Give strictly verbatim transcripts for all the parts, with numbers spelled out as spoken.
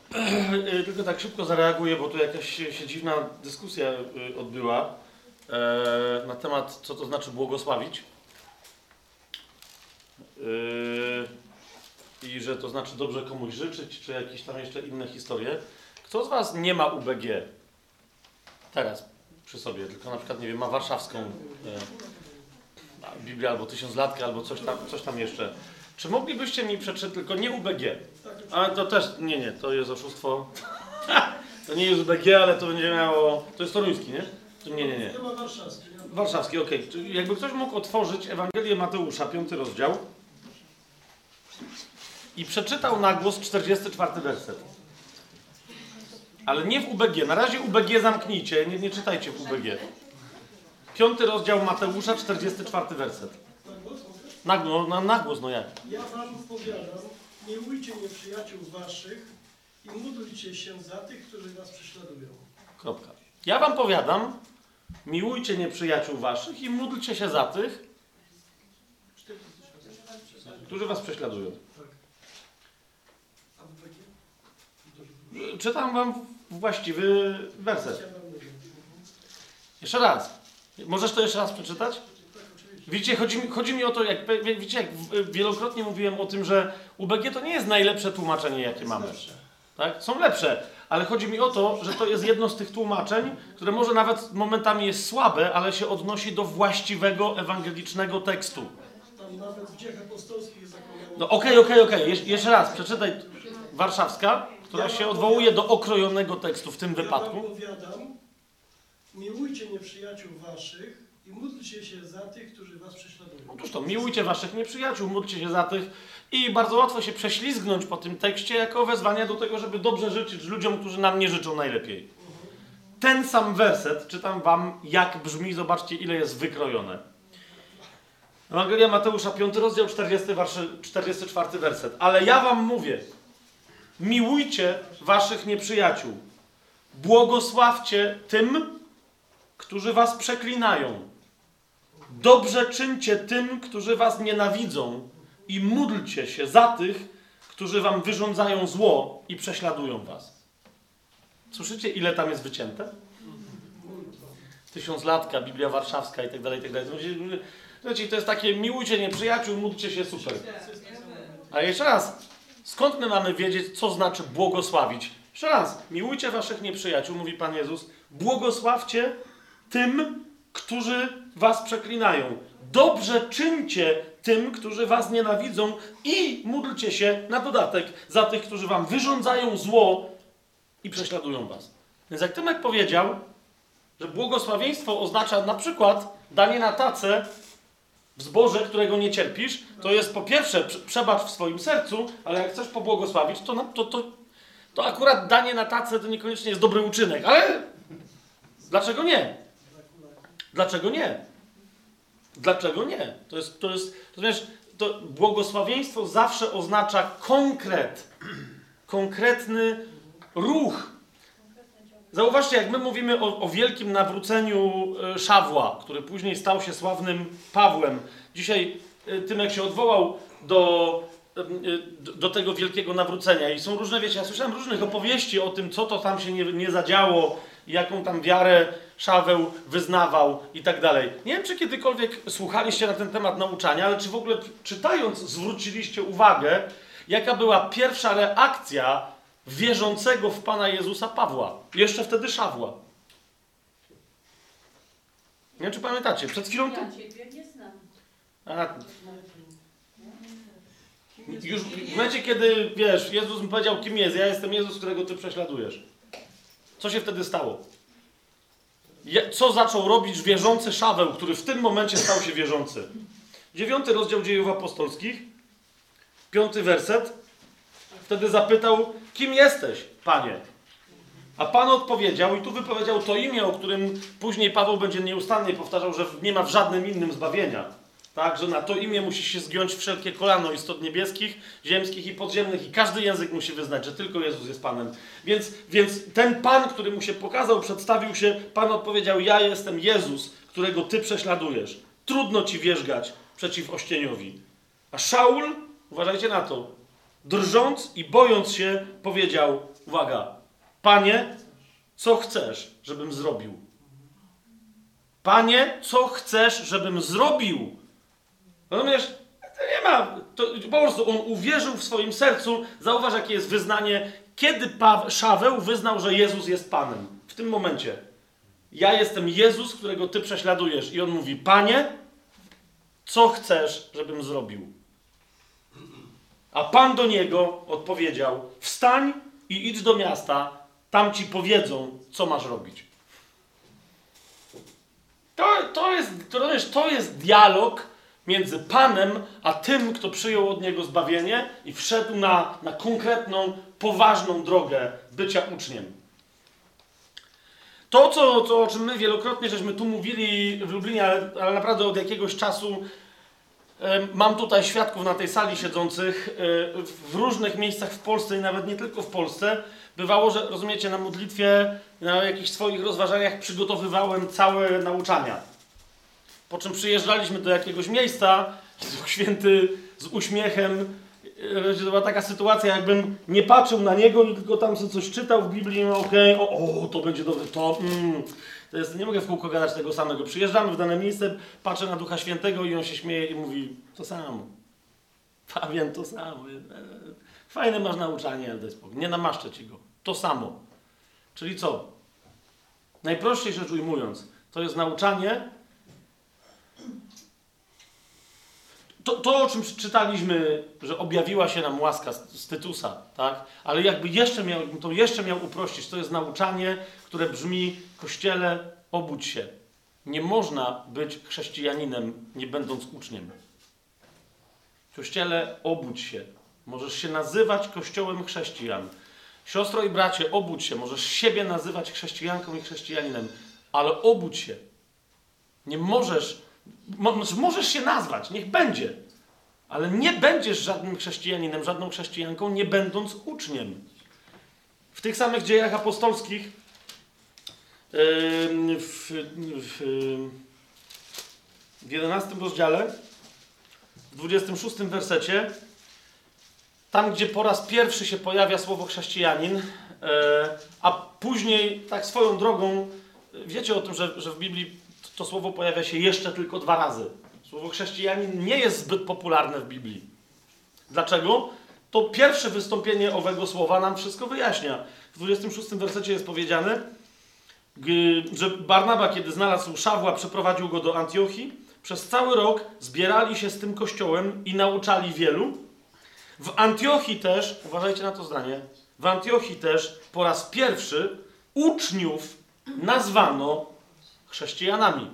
Tylko tak szybko zareaguję, bo tu jakaś się dziwna dyskusja odbyła e, na temat, co to znaczy błogosławić. E, I że to znaczy dobrze komuś życzyć, czy jakieś tam jeszcze inne historie. Kto z was nie ma U B G? Teraz przy sobie, tylko na przykład, nie wiem, ma warszawską e, Biblię, albo tysiąclatkę, albo coś tam, coś tam jeszcze. Czy moglibyście mi przeczytać, tylko nie U B G? A to też, nie, nie, to jest oszustwo. To nie jest U B G, ale to będzie miało, to jest toruński, nie? To nie, nie, nie. Chyba warszawski. Warszawski, okej. Okay. Jakby ktoś mógł otworzyć Ewangelię Mateusza, piąty rozdział i przeczytał na głos czterdziesty czwarty werset. Ale nie w U B G. Na razie U B G zamknijcie, nie, nie czytajcie w U B G. Piąty rozdział Mateusza, czterdziesty czwarty werset. Na, no, na, na głos, no jak? Ja wam powiadam, miłujcie nieprzyjaciół waszych i módlcie się za tych, którzy was prześladują. Kropka. Ja wam powiadam, miłujcie nieprzyjaciół waszych i módlcie się za tych, którzy was prześladują. A w B G? Czytam wam właściwy werset. Jeszcze raz. Możesz to jeszcze raz przeczytać? Widzicie, chodzi mi, chodzi mi o to, jak, widzicie, jak wielokrotnie mówiłem o tym, że U B G to nie jest najlepsze tłumaczenie, jakie mamy. Tak? Są lepsze, ale chodzi mi o to, że to jest jedno z tych tłumaczeń, które może nawet momentami jest słabe, ale się odnosi do właściwego, ewangelicznego tekstu. Tam nawet w Dziejach Apostolskich jest zakończone. No okej, okej, okej. Jesz- jeszcze raz, przeczytaj Warszawska, która się odwołuje do okrojonego tekstu w tym wypadku. Ja wam powiadam, miłujcie nieprzyjaciół waszych i módlcie się za tych, którzy was prześladują. Otóż to, miłujcie waszych nieprzyjaciół, módlcie się za tych i bardzo łatwo się prześlizgnąć po tym tekście jako wezwanie do tego, żeby dobrze życzyć ludziom, którzy nam nie życzą najlepiej. Ten sam werset czytam wam, jak brzmi, zobaczcie, ile jest wykrojone. Ewangelia Mateusza, piąty rozdział, czterdziesty czwarty werset. Ale ja wam mówię, miłujcie waszych nieprzyjaciół, błogosławcie tym, którzy was przeklinają. Dobrze czyńcie tym, którzy was nienawidzą i módlcie się za tych, którzy wam wyrządzają zło i prześladują was. Słyszycie, ile tam jest wycięte? Tysiąclatka, Biblia Warszawska i tak dalej, i tak dalej. Słuchajcie, to jest takie, miłujcie nieprzyjaciół, módlcie się, super. A jeszcze raz, skąd my mamy wiedzieć, co znaczy błogosławić? Jeszcze raz, miłujcie waszych nieprzyjaciół, mówi Pan Jezus, błogosławcie tym, którzy was przeklinają. Dobrze czyńcie tym, którzy was nienawidzą i módlcie się na dodatek za tych, którzy wam wyrządzają zło i prześladują was. Więc jak Tymek powiedział, że błogosławieństwo oznacza na przykład danie na tacę w zboże, którego nie cierpisz, to jest po pierwsze przebacz w swoim sercu, ale jak chcesz pobłogosławić, to, na, to, to, to akurat danie na tacę to niekoniecznie jest dobry uczynek, ale dlaczego nie? Dlaczego nie? Dlaczego nie? To jest, to jest, to wiesz, to błogosławieństwo zawsze oznacza konkret, konkretny ruch. Zauważcie, jak my mówimy o, o wielkim nawróceniu Szawła, który później stał się sławnym Pawłem. Dzisiaj Tymek się odwołał do, do, do tego wielkiego nawrócenia i są różne, wiecie, ja słyszałem różnych opowieści o tym, co to tam się nie, nie zadziało, jaką tam wiarę Szaweł wyznawał i tak dalej. Nie wiem, czy kiedykolwiek słuchaliście na ten temat nauczania, ale czy w ogóle czytając zwróciliście uwagę, jaka była pierwsza reakcja wierzącego w Pana Jezusa Pawła. Jeszcze wtedy Szawła. Nie wiem, czy pamiętacie. Przed chwilą... To... Ja Ciebie nie znam. A... Już w momencie, kiedy, wiesz, Jezus mi powiedział, kim jest. Ja jestem Jezus, którego Ty prześladujesz. Co się wtedy stało? Co zaczął robić wierzący Szaweł, który w tym momencie stał się wierzący? Dziewiąty rozdział Dziejów Apostolskich. Piąty werset. Wtedy zapytał, kim jesteś, Panie? A Pan odpowiedział i tu wypowiedział to imię, o którym później Paweł będzie nieustannie powtarzał, że nie ma w żadnym innym zbawienia. Tak, że na to imię musi się zgiąć wszelkie kolano istot niebieskich, ziemskich i podziemnych i każdy język musi wyznać, że tylko Jezus jest Panem. Więc, więc ten Pan, który mu się pokazał, przedstawił się, Pan odpowiedział, ja jestem Jezus, którego Ty prześladujesz. Trudno Ci wierzgać przeciw ościeniowi. A Szaul, uważajcie na to, drżąc i bojąc się, powiedział, uwaga, Panie, co chcesz, żebym zrobił? Panie, co chcesz, żebym zrobił? Rozumiesz? To nie ma, to po prostu on uwierzył w swoim sercu, zauważ jakie jest wyznanie, kiedy pa- Szaweł wyznał, że Jezus jest Panem. W tym momencie. Ja jestem Jezus, którego Ty prześladujesz. I on mówi, Panie, co chcesz, żebym zrobił? A Pan do niego odpowiedział, wstań i idź do miasta, tam Ci powiedzą, co masz robić. To, to, jest, to, to jest dialog między Panem, a tym, kto przyjął od Niego zbawienie i wszedł na, na konkretną, poważną drogę bycia uczniem. To, co, co, o czym my wielokrotnie żeśmy tu mówili w Lublinie, ale, ale naprawdę od jakiegoś czasu e, mam tutaj świadków na tej sali siedzących e, w różnych miejscach w Polsce i nawet nie tylko w Polsce. Bywało, że rozumiecie, na modlitwie, na jakichś swoich rozważaniach przygotowywałem całe nauczania. Po czym przyjeżdżaliśmy do jakiegoś miejsca, Duch Święty z uśmiechem. To była taka sytuacja, jakbym nie patrzył na niego i tylko tam sobie coś czytał w Biblii, no okej, okay, o, o, to będzie dobre, to, mm, to jest, nie mogę w kółko gadać tego samego. Przyjeżdżamy w dane miejsce, patrzę na Ducha Świętego i on się śmieje i mówi, to samo. Fabian, to samo. Fajne masz nauczanie, ale daj spokój. Nie namaszczę ci go. To samo. Czyli co? Najprościej rzecz ujmując, to jest nauczanie. To, to, o czym czytaliśmy, że objawiła się nam łaska z, z Tytusa, tak? Ale jakby jeszcze miał, to jeszcze miał uprościć, to jest nauczanie, które brzmi, Kościele, obudź się. Nie można być chrześcijaninem, nie będąc uczniem. Kościele, obudź się. Możesz się nazywać Kościołem chrześcijan. Siostro i bracie, obudź się. Możesz siebie nazywać chrześcijanką i chrześcijaninem, ale obudź się. Nie możesz, mo, możesz się nazwać, niech będzie, ale nie będziesz żadnym chrześcijaninem, żadną chrześcijanką, nie będąc uczniem. W tych samych dziejach apostolskich yy, w, w, w jedenastym rozdziale, w dwudziestym szóstym wersecie, tam, gdzie po raz pierwszy się pojawia słowo chrześcijanin, yy, a później, tak swoją drogą, wiecie o tym, że, że w Biblii to słowo pojawia się jeszcze tylko dwa razy. Słowo chrześcijanin nie jest zbyt popularne w Biblii. Dlaczego? To pierwsze wystąpienie owego słowa nam wszystko wyjaśnia. W dwudziestym szóstym wersecie jest powiedziane, że Barnaba, kiedy znalazł Szawła, przeprowadził go do Antiochii. Przez cały rok zbierali się z tym kościołem i nauczali wielu. W Antiochii też, uważajcie na to zdanie, w Antiochii też po raz pierwszy uczniów nazwano chrześcijanami.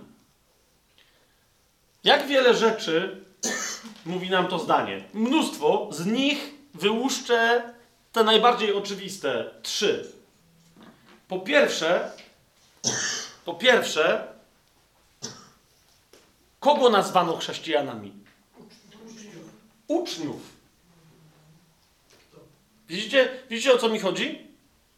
Jak wiele rzeczy mówi nam to zdanie? Mnóstwo, z nich wyłuszczę te najbardziej oczywiste trzy. Po pierwsze, po pierwsze, kogo nazwano chrześcijanami? Uczniów. Widzicie, widzicie, o co mi chodzi?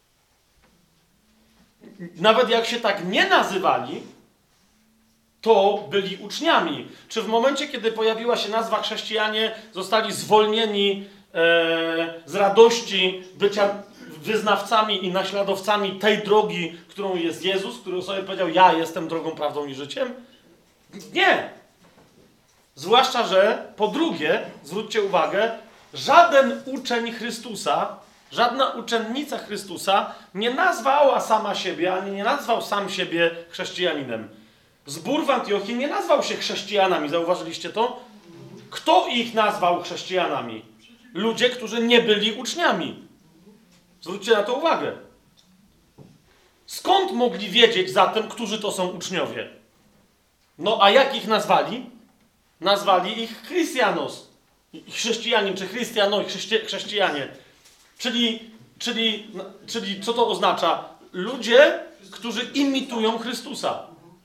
Nawet jak się tak nie nazywali, to byli uczniami. Czy w momencie, kiedy pojawiła się nazwa chrześcijanie, zostali zwolnieni e, z radości bycia wyznawcami i naśladowcami tej drogi, którą jest Jezus, który sobie powiedział, ja jestem drogą, prawdą i życiem? Nie. Zwłaszcza, że po drugie, zwróćcie uwagę, żaden uczeń Chrystusa, żadna uczennica Chrystusa nie nazwała sama siebie, ani nie nazwał sam siebie chrześcijaninem. Zbór w Antiochii nie nazwał się chrześcijanami, zauważyliście to? Kto ich nazwał chrześcijanami? Ludzie, którzy nie byli uczniami. Zwróćcie na to uwagę. Skąd mogli wiedzieć zatem, którzy to są uczniowie? No a jak ich nazwali? Nazwali ich Christianos. Chrześcijanin, czy Christiano, chrześci chrześcijanie. Czyli, czyli, czyli co to oznacza? Ludzie, którzy imitują Chrystusa.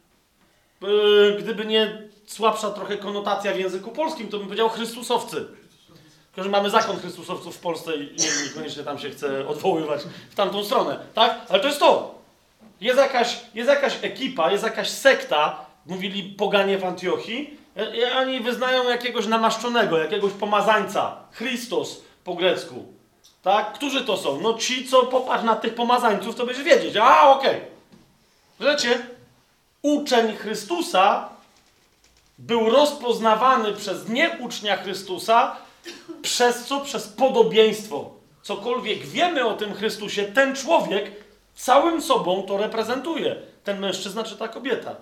Gdyby nie słabsza trochę konotacja w języku polskim, to bym powiedział Chrystusowcy. Tylko, że mamy zakon Chrystusowców w Polsce i nie, niekoniecznie tam się chce odwoływać w tamtą stronę. Tak? Ale to jest to. Jest jakaś, jest jakaś ekipa, jest jakaś sekta, mówili poganie w Antiochii, i oni wyznają jakiegoś namaszczonego, jakiegoś pomazańca. Christos po grecku. Tak? Którzy to są? No ci, co popatrz na tych pomazańców, to będziesz wiedzieć. A, okej. Okay. Wiecie, uczeń Chrystusa był rozpoznawany przez nieucznia Chrystusa przez co? Przez podobieństwo. Cokolwiek wiemy o tym Chrystusie, ten człowiek całym sobą to reprezentuje. Ten mężczyzna czy ta kobieta.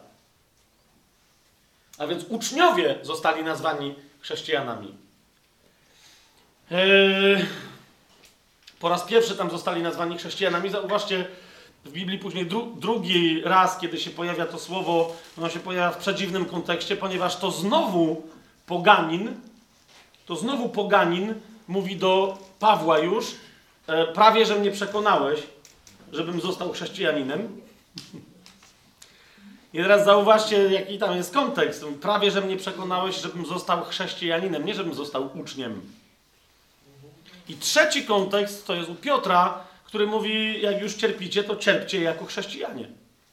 A więc uczniowie zostali nazwani chrześcijanami. Eee, po raz pierwszy tam zostali nazwani chrześcijanami. Zauważcie, w Biblii później dru, drugi raz, kiedy się pojawia to słowo, ono się pojawia w przedziwnym kontekście, ponieważ to znowu poganin, to znowu poganin mówi do Pawła już, e, prawie, że mnie przekonałeś, żebym został chrześcijaninem. I teraz zauważcie, jaki tam jest kontekst. Prawie, że mnie przekonałeś, żebym został chrześcijaninem, nie żebym został uczniem. I trzeci kontekst to jest u Piotra, który mówi, jak już cierpicie, to cierpcie jako chrześcijanie.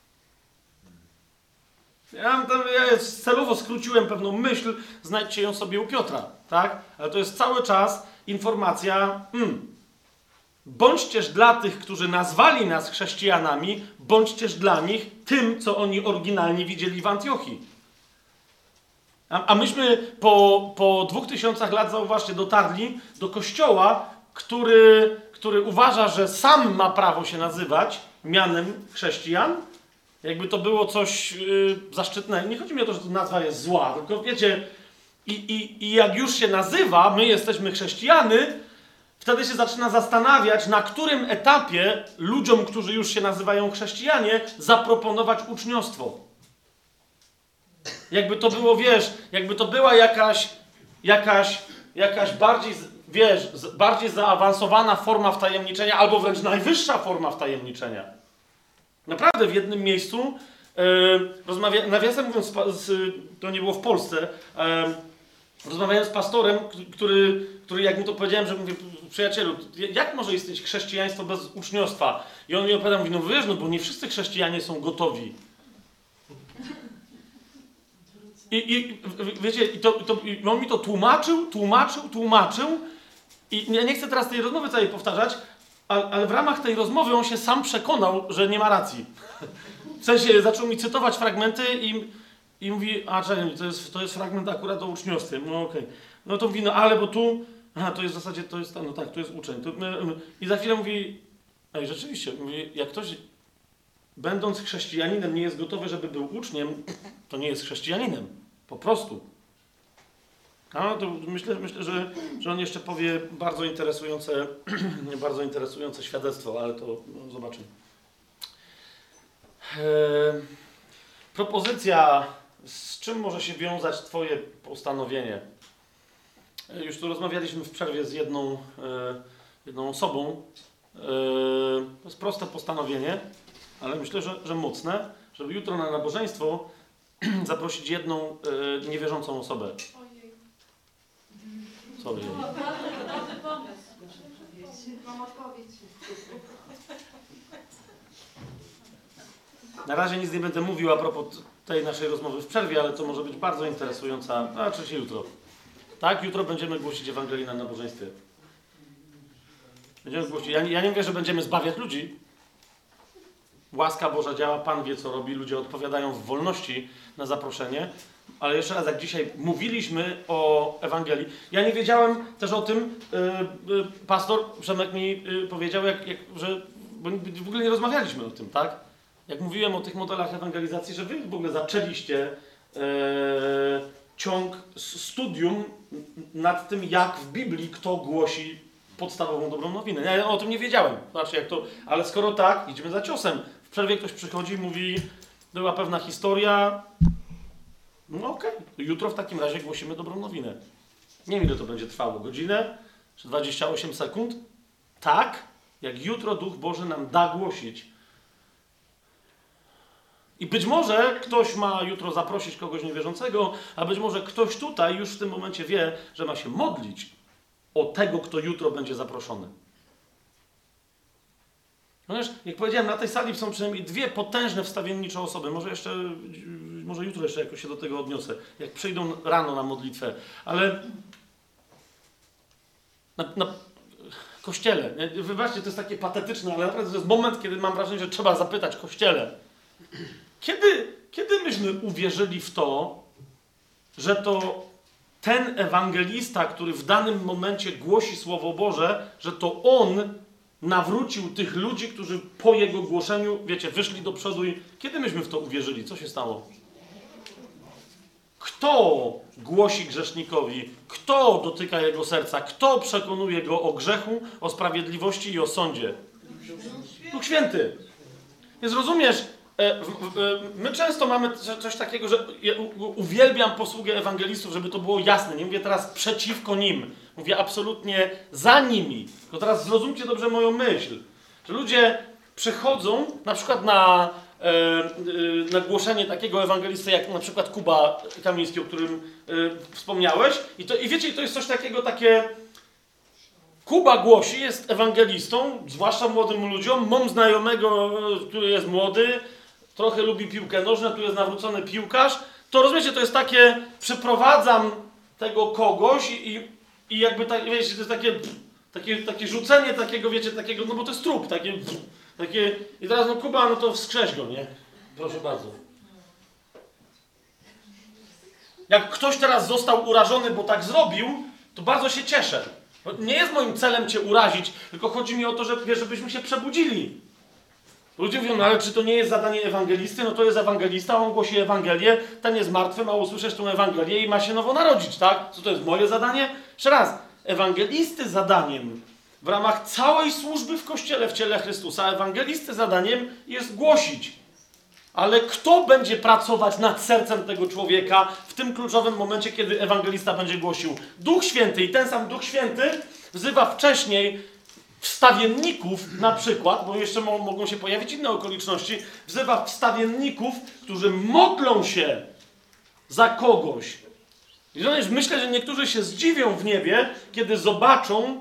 Ja, tam, ja celowo skróciłem pewną myśl, znajdźcie ją sobie u Piotra, tak? Ale to jest cały czas informacja, hmm, bądźcież dla tych, którzy nazwali nas chrześcijanami, bądźcież dla nich tym, co oni oryginalnie widzieli w Antiochii. A, a myśmy po, po dwóch tysiącach lat, zauważcie, dotarli do kościoła, który, który uważa, że sam ma prawo się nazywać mianem chrześcijan. Jakby to było coś yy, zaszczytnego. Nie chodzi mi o to, że ta nazwa jest zła, tylko wiecie, i, i, i jak już się nazywa, my jesteśmy chrześcijany, wtedy się zaczyna zastanawiać, na którym etapie ludziom, którzy już się nazywają chrześcijanie, zaproponować uczniostwo. Jakby to było, wiesz, jakby to była jakaś, jakaś, jakaś bardziej, wiesz, bardziej zaawansowana forma wtajemniczenia, albo wręcz najwyższa forma wtajemniczenia. Naprawdę w jednym miejscu, yy, rozmawia, nawiasem mówiąc, z, to nie było w Polsce, yy, rozmawiałem z pastorem, który, który jak mu to powiedziałem, że mówię, przyjacielu, jak może istnieć chrześcijaństwo bez uczniostwa? I on mi opowiadał, mówi, no wiesz, no bo nie wszyscy chrześcijanie są gotowi. I, i wiecie, i to, to, i on mi to tłumaczył, tłumaczył, tłumaczył i ja nie chcę teraz tej rozmowy całej powtarzać, ale, ale w ramach tej rozmowy on się sam przekonał, że nie ma racji. W sensie zaczął mi cytować fragmenty i, i mówi, a czekaj, to jest, to jest fragment akurat o uczniostwie. No okej. Okay. No to mówi, no ale bo tu, aha, to jest w zasadzie, to jest, no tak, to jest uczeń. To, i za chwilę mówi, ej, rzeczywiście, mówi, jak ktoś będąc chrześcijaninem nie jest gotowy, żeby był uczniem, to nie jest chrześcijaninem. Po prostu. A to myślę, myślę że, że on jeszcze powie bardzo interesujące, bardzo interesujące świadectwo, ale to no, zobaczymy. Eee, propozycja, z czym może się wiązać twoje postanowienie? E, już tu rozmawialiśmy w przerwie z jedną, e, jedną osobą. E, to jest proste postanowienie, ale myślę, że, że mocne, żeby jutro na nabożeństwo zaprosić jedną e, niewierzącą osobę. Ojej. Co ojej? Dobry pomysł. Mam odpowiedź. Na razie nic nie będę mówił a propos tej naszej rozmowy w przerwie, ale to może być bardzo interesująca, a oczywiście jutro. Tak, jutro będziemy głosić Ewangelię na nabożeństwie. Będziemy głosić. Ja, ja nie mówię, że będziemy zbawiać ludzi. Łaska Boża działa, Pan wie, co robi, ludzie odpowiadają w wolności na zaproszenie. Ale jeszcze raz, jak dzisiaj mówiliśmy o Ewangelii, ja nie wiedziałem też o tym, yy, yy, pastor Przemek mi yy, powiedział, jak, jak, że, bo w ogóle nie rozmawialiśmy o tym, tak? Jak mówiłem o tych modelach ewangelizacji, że wy w ogóle zaczęliście yy, ciąg studium nad tym, jak w Biblii kto głosi podstawową dobrą nowinę. Ja o tym nie wiedziałem, znaczy jak to, ale skoro tak, idziemy za ciosem. W przerwie ktoś przychodzi i mówi, była pewna historia, no okej, okay. Jutro w takim razie głosimy dobrą nowinę. Nie wiem, ile to będzie trwało, godzinę czy dwadzieścia osiem sekund? Tak, jak jutro Duch Boży nam da głosić. I być może ktoś ma jutro zaprosić kogoś niewierzącego, a być może ktoś tutaj już w tym momencie wie, że ma się modlić o tego, kto jutro będzie zaproszony. Ponieważ, jak powiedziałem, na tej sali są przynajmniej dwie potężne wstawiennicze osoby. Może jeszcze, może jutro jeszcze jakoś się do tego odniosę, jak przyjdą rano na modlitwę. Ale na, na, Kościele. Wybaczcie, to jest takie patetyczne, ale naprawdę to jest moment, kiedy mam wrażenie, że trzeba zapytać Kościele. Kiedy, kiedy myśmy uwierzyli w to, że to ten ewangelista, który w danym momencie głosi Słowo Boże, że to on nawrócił tych ludzi, którzy po jego głoszeniu, wiecie, wyszli do przodu i... Kiedy myśmy w to uwierzyli? Co się stało? Kto głosi grzesznikowi? Kto dotyka jego serca? Kto przekonuje go o grzechu, o sprawiedliwości i o sądzie? Duch Święty. Więc rozumiesz, my często mamy coś takiego, że ja uwielbiam posługę ewangelistów, żeby to było jasne. Nie mówię teraz przeciwko nim. Mówię absolutnie za nimi. Tylko teraz zrozumcie dobrze moją myśl. Że ludzie przychodzą na przykład na, na głoszenie takiego ewangelisty, jak na przykład Kuba Kamiński, o którym wspomniałeś. I, to, i wiecie, to jest coś takiego, takie... Kuba głosi, jest ewangelistą, zwłaszcza młodym ludziom. Mam znajomego, który jest młody, trochę lubi piłkę nożną, tu jest nawrócony piłkarz. To rozumiecie, to jest takie, przeprowadzam tego kogoś i, i, i jakby tak, wiecie, to jest takie, takie, takie rzucenie takiego, wiecie, takiego, no bo to jest trup, takie, takie i teraz no Kuba, no to wskrześ go, nie? Proszę bardzo. Jak ktoś teraz został urażony, bo tak zrobił, to bardzo się cieszę. Nie jest moim celem cię urazić, tylko chodzi mi o to, że, wiesz, żebyśmy się przebudzili. Ludzie mówią, no ale czy to nie jest zadanie ewangelisty? No to jest ewangelista, on głosi Ewangelię, ten jest martwy, ma usłyszeć tą Ewangelię i ma się nowo narodzić, tak? Co to jest moje zadanie? Jeszcze raz, ewangelisty zadaniem w ramach całej służby w Kościele, w ciele Chrystusa, ewangelisty zadaniem jest głosić. Ale kto będzie pracować nad sercem tego człowieka w tym kluczowym momencie, kiedy ewangelista będzie głosił? Duch Święty. I ten sam Duch Święty wzywa wcześniej wstawienników, na przykład, bo jeszcze mo mogą się pojawić inne okoliczności, wzywa wstawienników, którzy modlą się za kogoś. I myślę, że niektórzy się zdziwią w niebie, kiedy zobaczą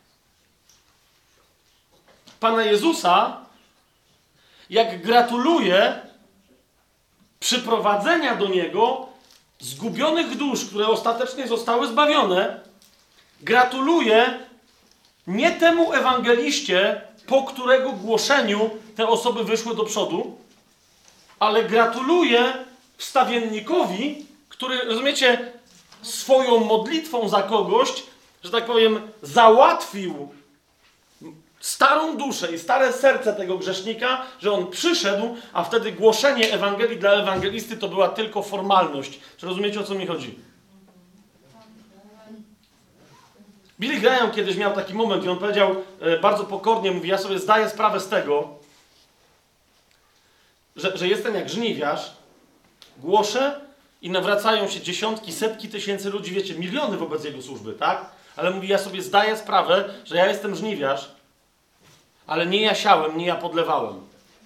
Pana Jezusa, jak gratuluje przyprowadzenia do Niego zgubionych dusz, które ostatecznie zostały zbawione, gratuluje nie temu ewangeliście, po którego głoszeniu te osoby wyszły do przodu, ale gratuluje wstawiennikowi, który, rozumiecie, swoją modlitwą za kogoś, że tak powiem, załatwił starą duszę i stare serce tego grzesznika, że on przyszedł, a wtedy głoszenie Ewangelii dla ewangelisty to była tylko formalność. Czy rozumiecie, o co mi chodzi? Billy Graham kiedyś miał taki moment i on powiedział e, bardzo pokornie, mówi, ja sobie zdaję sprawę z tego, że, że jestem jak żniwiarz, głoszę i nawracają się dziesiątki, setki tysięcy ludzi, wiecie, miliony wobec jego służby, tak? Ale mówi, ja sobie zdaję sprawę, że ja jestem żniwiarz, ale nie ja siałem, nie ja podlewałem.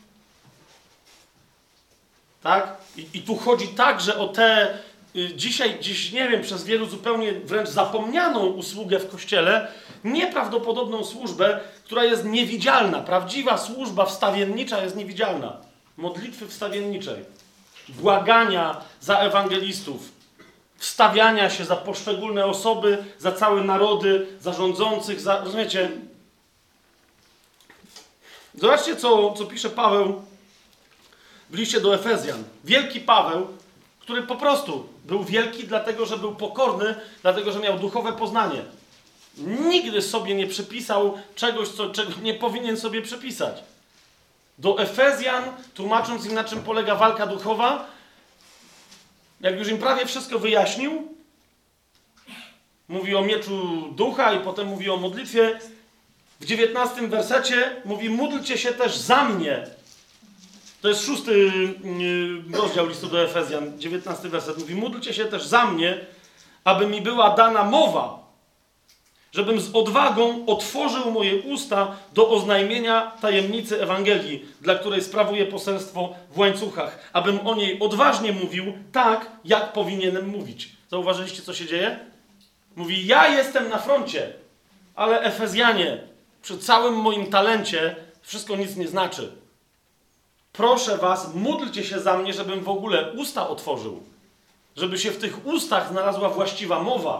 Tak? I, i tu chodzi także o te, y, dzisiaj, dziś nie wiem, przez wielu zupełnie wręcz zapomnianą usługę w Kościele, nieprawdopodobną służbę, która jest niewidzialna. Prawdziwa służba wstawiennicza jest niewidzialna. Modlitwy wstawienniczej. Błagania za ewangelistów. Wstawiania się za poszczególne osoby, za całe narody, za rządzących, za, rozumiecie? Zobaczcie, co, co pisze Paweł w liście do Efezjan. Wielki Paweł, który po prostu był wielki dlatego, że był pokorny, dlatego, że miał duchowe poznanie. Nigdy sobie nie przypisał czegoś, co, czego nie powinien sobie przypisać. Do Efezjan, tłumacząc im, na czym polega walka duchowa, jak już im prawie wszystko wyjaśnił, mówi o mieczu ducha i potem mówi o modlitwie. W dziewiętnastym wersecie mówi, módlcie się też za mnie. To jest szósty rozdział listu do Efezjan, dziewiętnasty werset. Mówi, módlcie się też za mnie, aby mi była dana mowa, żebym z odwagą otworzył moje usta do oznajmienia tajemnicy Ewangelii, dla której sprawuję poselstwo w łańcuchach, abym o niej odważnie mówił tak, jak powinienem mówić. Zauważyliście, co się dzieje? Mówi, ja jestem na froncie, ale Efezjanie, przy całym moim talencie, wszystko nic nie znaczy. Proszę was, módlcie się za mnie, żebym w ogóle usta otworzył. Żeby się w tych ustach znalazła właściwa mowa.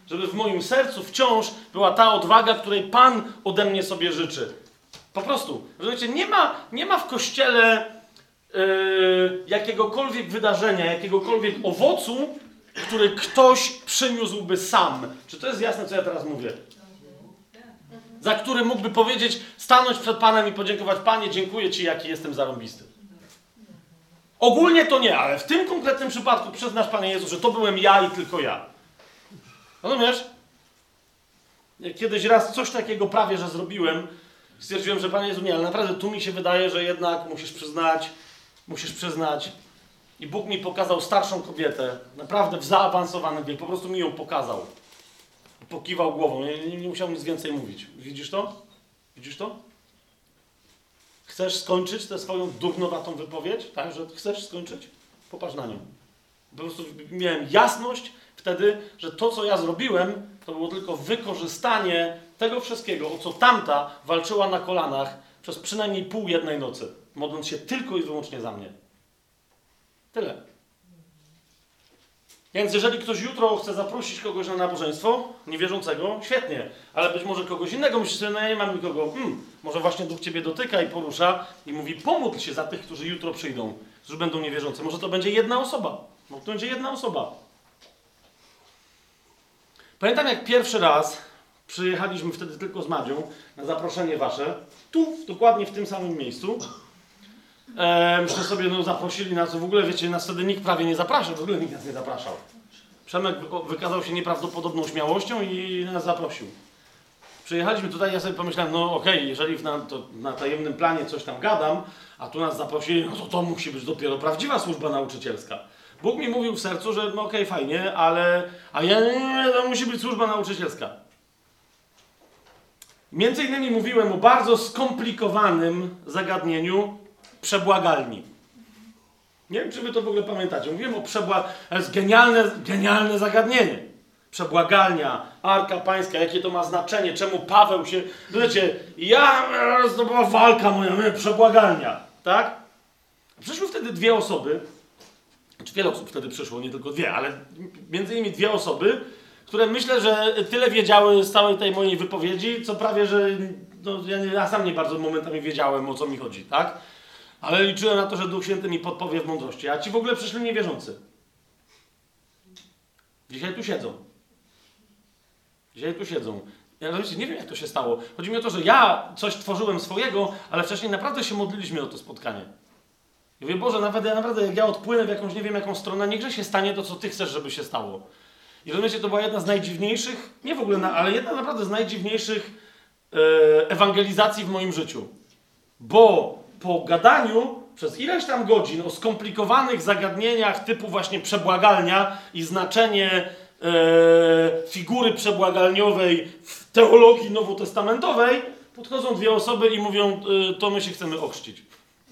Żeby w moim sercu wciąż była ta odwaga, której Pan ode mnie sobie życzy. Po prostu. Rozumiecie, nie ma, nie ma w Kościele yy, jakiegokolwiek wydarzenia, jakiegokolwiek owocu, który ktoś przyniósłby sam. Czy to jest jasne, co ja teraz mówię? Za który mógłby powiedzieć, stanąć przed Panem i podziękować: Panie, dziękuję Ci, jaki jestem zarąbisty. Ogólnie to nie, ale w tym konkretnym przypadku przyznasz, Panie Jezu, że to byłem ja i tylko ja. Rozumiesz? Kiedyś raz coś takiego prawie, że zrobiłem. Stwierdziłem, że Panie Jezu, nie, ale naprawdę tu mi się wydaje, że jednak musisz przyznać, musisz przyznać. I Bóg mi pokazał starszą kobietę, naprawdę w zaawansowanym wieku, po prostu mi ją pokazał. Pokiwał głową, nie, nie, nie musiał nic więcej mówić. Widzisz to? Widzisz to? Chcesz skończyć tę swoją durnowatą wypowiedź? Tak, że chcesz skończyć? Popatrz na nią. Po prostu miałem jasność wtedy, że to, co ja zrobiłem, to było tylko wykorzystanie tego wszystkiego, o co tamta walczyła na kolanach przez przynajmniej pół jednej nocy, modląc się tylko i wyłącznie za mnie. Tyle. Więc jeżeli ktoś jutro chce zaprosić kogoś na nabożeństwo, niewierzącego, świetnie, ale być może kogoś innego, myślisz sobie, no ja nie mam nikogo, hmm, może właśnie Duch Ciebie dotyka i porusza i mówi: pomódl się za tych, którzy jutro przyjdą, którzy będą niewierzący. Może to będzie jedna osoba. Może to będzie jedna osoba. Pamiętam, jak pierwszy raz przyjechaliśmy wtedy tylko z Madzią na zaproszenie wasze, tu, dokładnie w tym samym miejscu. E, myślę sobie, no zaprosili nas, w ogóle wiecie, nas wtedy nikt prawie nie zapraszał, w ogóle nikt nas nie zapraszał. Przemek wykazał się nieprawdopodobną śmiałością i nas zaprosił. Przyjechaliśmy tutaj, ja sobie pomyślałem, no okej, okay, jeżeli na, to, na tajemnym planie coś tam gadam, a tu nas zaprosili, no to to musi być dopiero prawdziwa służba nauczycielska. Bóg mi mówił w sercu, że no okej, okay, fajnie, ale a ja nie, nie, to musi być służba nauczycielska. Między innymi mówiłem o bardzo skomplikowanym zagadnieniu przebłagalni. Nie wiem, czy wy to w ogóle pamiętacie. Mówiłem o przebłagalni. To jest genialne, genialne zagadnienie. Przebłagalnia, Arka Pańska, jakie to ma znaczenie, czemu Paweł się... Wiecie, ja... To była walka moja, przebłagalnia. Tak? Przyszły wtedy dwie osoby, czy wiele osób wtedy przyszło, nie tylko dwie, ale między innymi dwie osoby, które myślę, że tyle wiedziały z całej tej mojej wypowiedzi, co prawie, że no, ja, nie, ja sam nie bardzo momentami wiedziałem, o co mi chodzi, tak? Ale liczyłem na to, że Duch Święty mi podpowie w mądrości. A ci w ogóle przyszli niewierzący. Dzisiaj tu siedzą. Dzisiaj tu siedzą. Ja nie wiem, jak to się stało. Chodzi mi o to, że ja coś tworzyłem swojego, ale wcześniej naprawdę się modliliśmy o to spotkanie. I mówię: Boże, nawet, naprawdę jak ja odpłynę w jakąś, nie wiem jaką stronę, niechże się stanie to, co Ty chcesz, żeby się stało. I rozumiecie, to była jedna z najdziwniejszych, nie w ogóle, na, ale jedna naprawdę z najdziwniejszych e, ewangelizacji w moim życiu. Bo po gadaniu przez ileś tam godzin o skomplikowanych zagadnieniach typu właśnie przebłagalnia i znaczenie e, figury przebłagalniowej w teologii nowotestamentowej, podchodzą dwie osoby i mówią: e, to my się chcemy ochrzcić.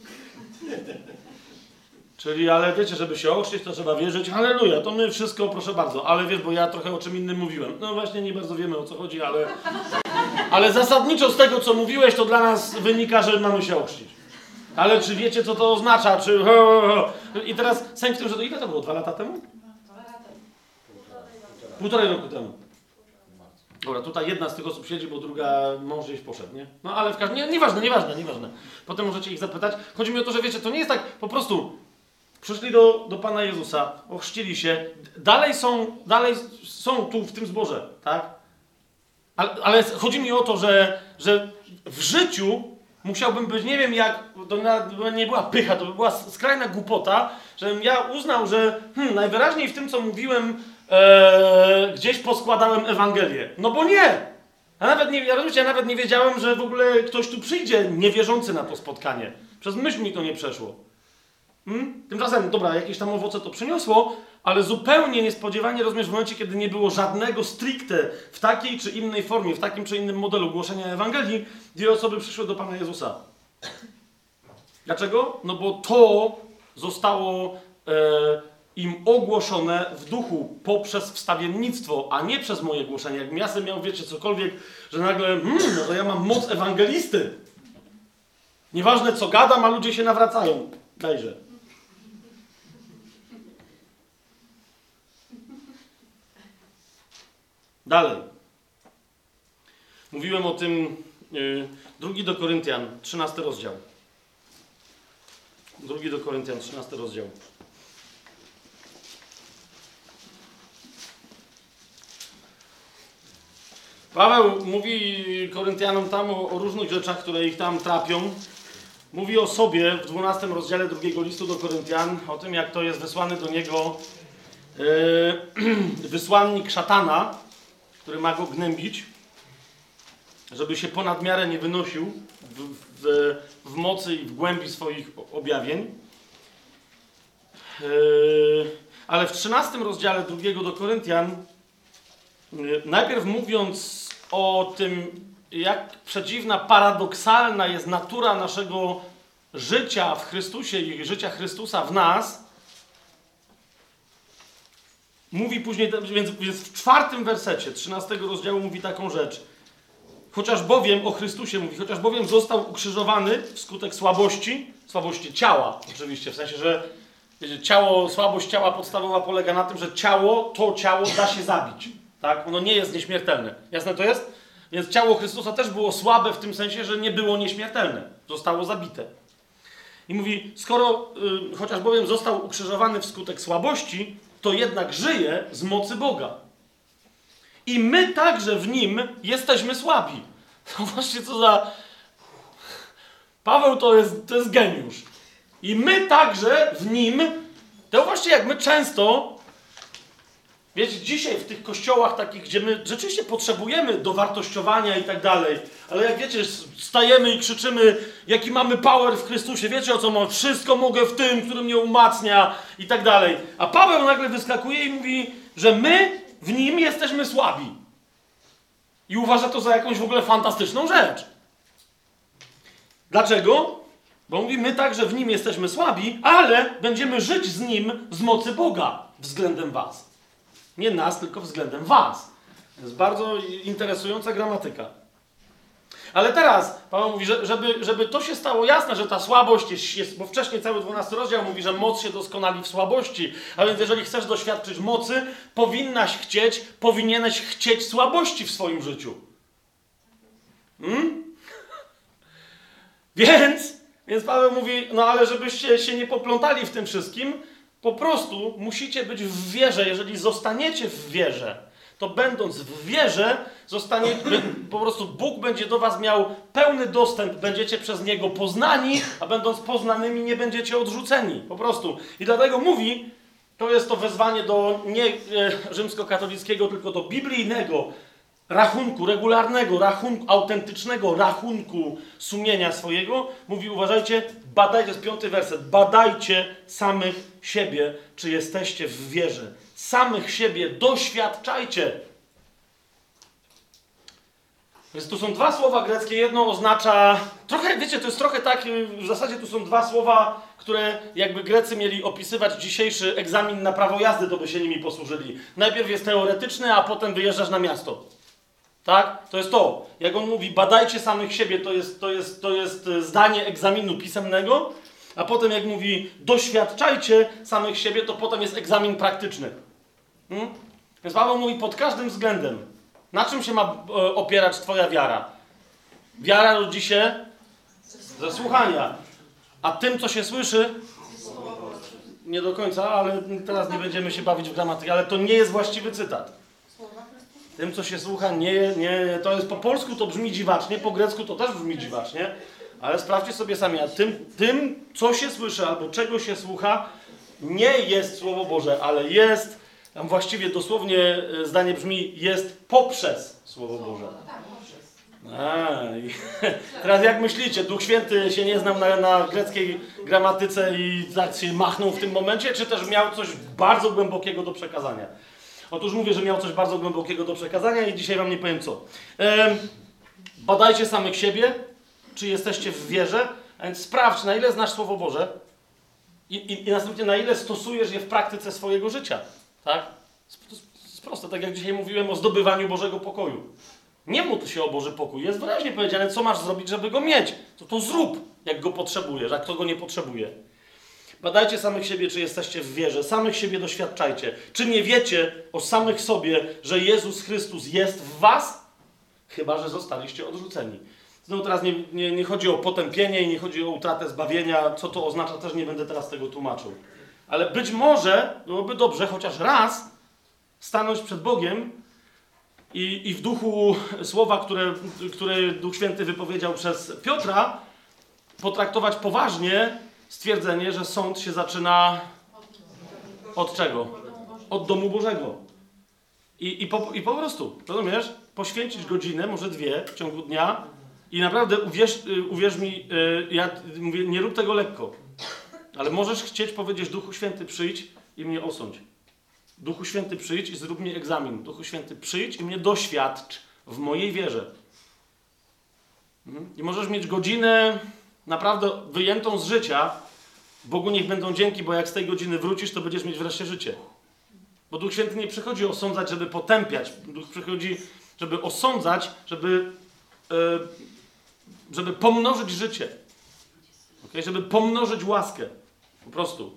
Czyli, ale wiecie, żeby się ochrzcić, to trzeba wierzyć. Halleluja, to my wszystko, proszę bardzo. Ale wiesz, bo ja trochę o czym innym mówiłem. No właśnie, nie bardzo wiemy, o co chodzi, ale... Ale zasadniczo z tego, co mówiłeś, to dla nas wynika, że mamy się ochrzcić. Ale czy wiecie, co to oznacza? Czy... I teraz sęk w tym, że to ile to było? Dwa lata temu? Półtorej roku temu. Dobra, tutaj jedna z tych osób siedzi, bo druga mąż gdzieś poszedł, nie? No ale w każdym razie, nie, nieważne, nieważne, nieważne. Potem możecie ich zapytać. Chodzi mi o to, że wiecie, to nie jest tak po prostu... Przyszli do, do Pana Jezusa, ochrzcili się, dalej są, dalej są tu w tym zborze, tak? Ale, ale chodzi mi o to, że, że w życiu musiałbym być, nie wiem jak, to nie była pycha, to była skrajna głupota, żebym ja uznał, że hmm, najwyraźniej w tym, co mówiłem, e, gdzieś poskładałem Ewangelię. No bo nie! A nawet nie, ja, rozumiecie, ja nawet nie wiedziałem, że w ogóle ktoś tu przyjdzie niewierzący na to spotkanie. Przez myśl mi to nie przeszło. Hmm? Tymczasem, dobra, jakieś tam owoce to przyniosło, ale zupełnie niespodziewanie, rozumiesz, w momencie, kiedy nie było żadnego stricte w takiej czy innej formie, w takim czy innym modelu głoszenia Ewangelii, dwie osoby przyszły do Pana Jezusa. Dlaczego? No bo to zostało e, im ogłoszone w duchu poprzez wstawiennictwo, a nie przez moje głoszenie. Jakbym ja sobie miał, wiecie, cokolwiek, że nagle, hmm, no to ja mam moc ewangelisty. Nieważne co gadam, a ludzie się nawracają. Dajże. Dalej. Mówiłem o tym, yy, drugi do Koryntian, trzynasty rozdział. Drugi do Koryntian, trzynasty rozdział. Paweł mówi Koryntianom tam o, o różnych rzeczach, które ich tam trapią. Mówi o sobie w dwunastym rozdziale drugiego listu do Koryntian, o tym, jak to jest wysłany do niego yy, wysłannik szatana, który ma go gnębić, żeby się ponad miarę nie wynosił w, w, w mocy i w głębi swoich objawień. Yy, ale w trzynastym rozdziale drugiego do Koryntian, yy, najpierw mówiąc o tym, jak przedziwna, paradoksalna jest natura naszego życia w Chrystusie i życia Chrystusa w nas, mówi później, więc, więc w czwartym wersecie trzynastego rozdziału mówi taką rzecz. Chociaż bowiem, o Chrystusie mówi, chociaż bowiem został ukrzyżowany wskutek słabości, słabości ciała oczywiście, w sensie, że wiecie, ciało, słabość ciała podstawowa polega na tym, że ciało, to ciało da się zabić. Tak? Ono nie jest nieśmiertelne. Jasne to jest? Więc ciało Chrystusa też było słabe w tym sensie, że nie było nieśmiertelne. Zostało zabite. I mówi, skoro y, chociaż bowiem został ukrzyżowany wskutek słabości, to jednak żyje z mocy Boga. I my także w Nim jesteśmy słabi. No właśnie co za... Paweł to jest, to jest geniusz. I my także w Nim, to właśnie jak my często, wiecie, dzisiaj w tych kościołach takich, gdzie my rzeczywiście potrzebujemy dowartościowania i tak dalej, ale jak wiecie, stajemy i krzyczymy, jaki mamy power w Chrystusie, wiecie o co mówię, wszystko mogę w tym, który mnie umacnia i tak dalej. A Paweł nagle wyskakuje i mówi, że my w Nim jesteśmy słabi. I uważa to za jakąś w ogóle fantastyczną rzecz. Dlaczego? Bo mówi, my także w Nim jesteśmy słabi, ale będziemy żyć z Nim z mocy Boga względem was. Nie nas, tylko względem was. To jest bardzo interesująca gramatyka. Ale teraz Paweł mówi, że, żeby, żeby to się stało jasne, że ta słabość jest, jest, bo wcześniej cały dwunasty rozdział mówi, że moc się doskonali w słabości. A więc jeżeli chcesz doświadczyć mocy, powinnaś chcieć, powinieneś chcieć słabości w swoim życiu. Hmm? Więc, więc Paweł mówi, no ale żebyście się nie poplątali w tym wszystkim, po prostu musicie być w wierze. Jeżeli zostaniecie w wierze, to będąc w wierze, zostanie, po prostu Bóg będzie do was miał pełny dostęp, będziecie przez Niego poznani, a będąc poznanymi nie będziecie odrzuceni. Po prostu. I dlatego mówi, to jest to wezwanie do nie e, rzymskokatolickiego, tylko do biblijnego rachunku, regularnego rachunku, autentycznego rachunku sumienia swojego. Mówi, uważajcie, badajcie, to jest piąty werset, badajcie samych siebie, czy jesteście w wierze. Samych siebie doświadczajcie. Więc tu są dwa słowa greckie. Jedno oznacza... Trochę, wiecie, to jest trochę tak... W zasadzie tu są dwa słowa, które jakby Grecy mieli opisywać dzisiejszy egzamin na prawo jazdy, to by się nimi posłużyli. Najpierw jest teoretyczny, a potem wyjeżdżasz na miasto. Tak? To jest to. Jak on mówi, badajcie samych siebie, to jest, to jest, to jest zdanie egzaminu pisemnego, a potem jak mówi, doświadczajcie samych siebie, to potem jest egzamin praktyczny. Hmm? Więc Paweł mówi pod każdym względem. Na czym się ma e, opierać twoja wiara? Wiara rodzi się ze słuchania. A tym, co się słyszy, nie do końca, ale teraz nie będziemy się bawić w gramatykę, ale to nie jest właściwy cytat. Tym, co się słucha, nie, nie, to jest po polsku to brzmi dziwacznie, po grecku to też brzmi dziwacznie, ale sprawdźcie sobie sami, a tym, tym, co się słyszy albo czego się słucha, nie jest Słowo Boże, ale jest, tam właściwie dosłownie zdanie brzmi, jest poprzez Słowo Boże. A, i teraz jak myślicie, Duch Święty się nie znał na, na greckiej gramatyce i tak się machnął w tym momencie, czy też miał coś bardzo głębokiego do przekazania? Otóż mówię, że miał coś bardzo głębokiego do przekazania i dzisiaj wam nie powiem co. Ehm, badajcie samych siebie, czy jesteście w wierze, a więc sprawdź, na ile znasz Słowo Boże i, i, i następnie na ile stosujesz je w praktyce swojego życia. Tak? To jest proste, tak jak dzisiaj mówiłem o zdobywaniu Bożego pokoju. Nie módl się o Boży pokój. Jest wyraźnie powiedziane, co masz zrobić, żeby go mieć. To to zrób, jak go potrzebujesz, a kto go nie potrzebuje. Badajcie samych siebie, czy jesteście w wierze. Samych siebie doświadczajcie. Czy nie wiecie o samych sobie, że Jezus Chrystus jest w was? Chyba że zostaliście odrzuceni. Znowu teraz nie, nie, nie chodzi o potępienie i nie chodzi o utratę zbawienia. Co to oznacza, też nie będę teraz tego tłumaczył. Ale być może byłoby dobrze chociaż raz stanąć przed Bogiem i, i w duchu słowa, które, które Duch Święty wypowiedział przez Piotra, potraktować poważnie stwierdzenie, że sąd się zaczyna od czego? Od domu Bożego. I, i, po, i po prostu, rozumiesz? Poświęcić godzinę, może dwie w ciągu dnia i naprawdę uwierz, uwierz mi, ja mówię, nie rób tego lekko. Ale możesz chcieć powiedzieć, Duchu Święty, przyjdź i mnie osądź. Duchu Święty, przyjdź i zrób mi egzamin. Duchu Święty, przyjdź i mnie doświadcz w mojej wierze. I możesz mieć godzinę naprawdę wyjętą z życia. Bogu niech będą dzięki, bo jak z tej godziny wrócisz, to będziesz mieć wreszcie życie. Bo Duch Święty nie przychodzi osądzać, żeby potępiać. Duch przychodzi, żeby osądzać, żeby, yy, żeby pomnożyć życie. Okay? Żeby pomnożyć łaskę. Po prostu.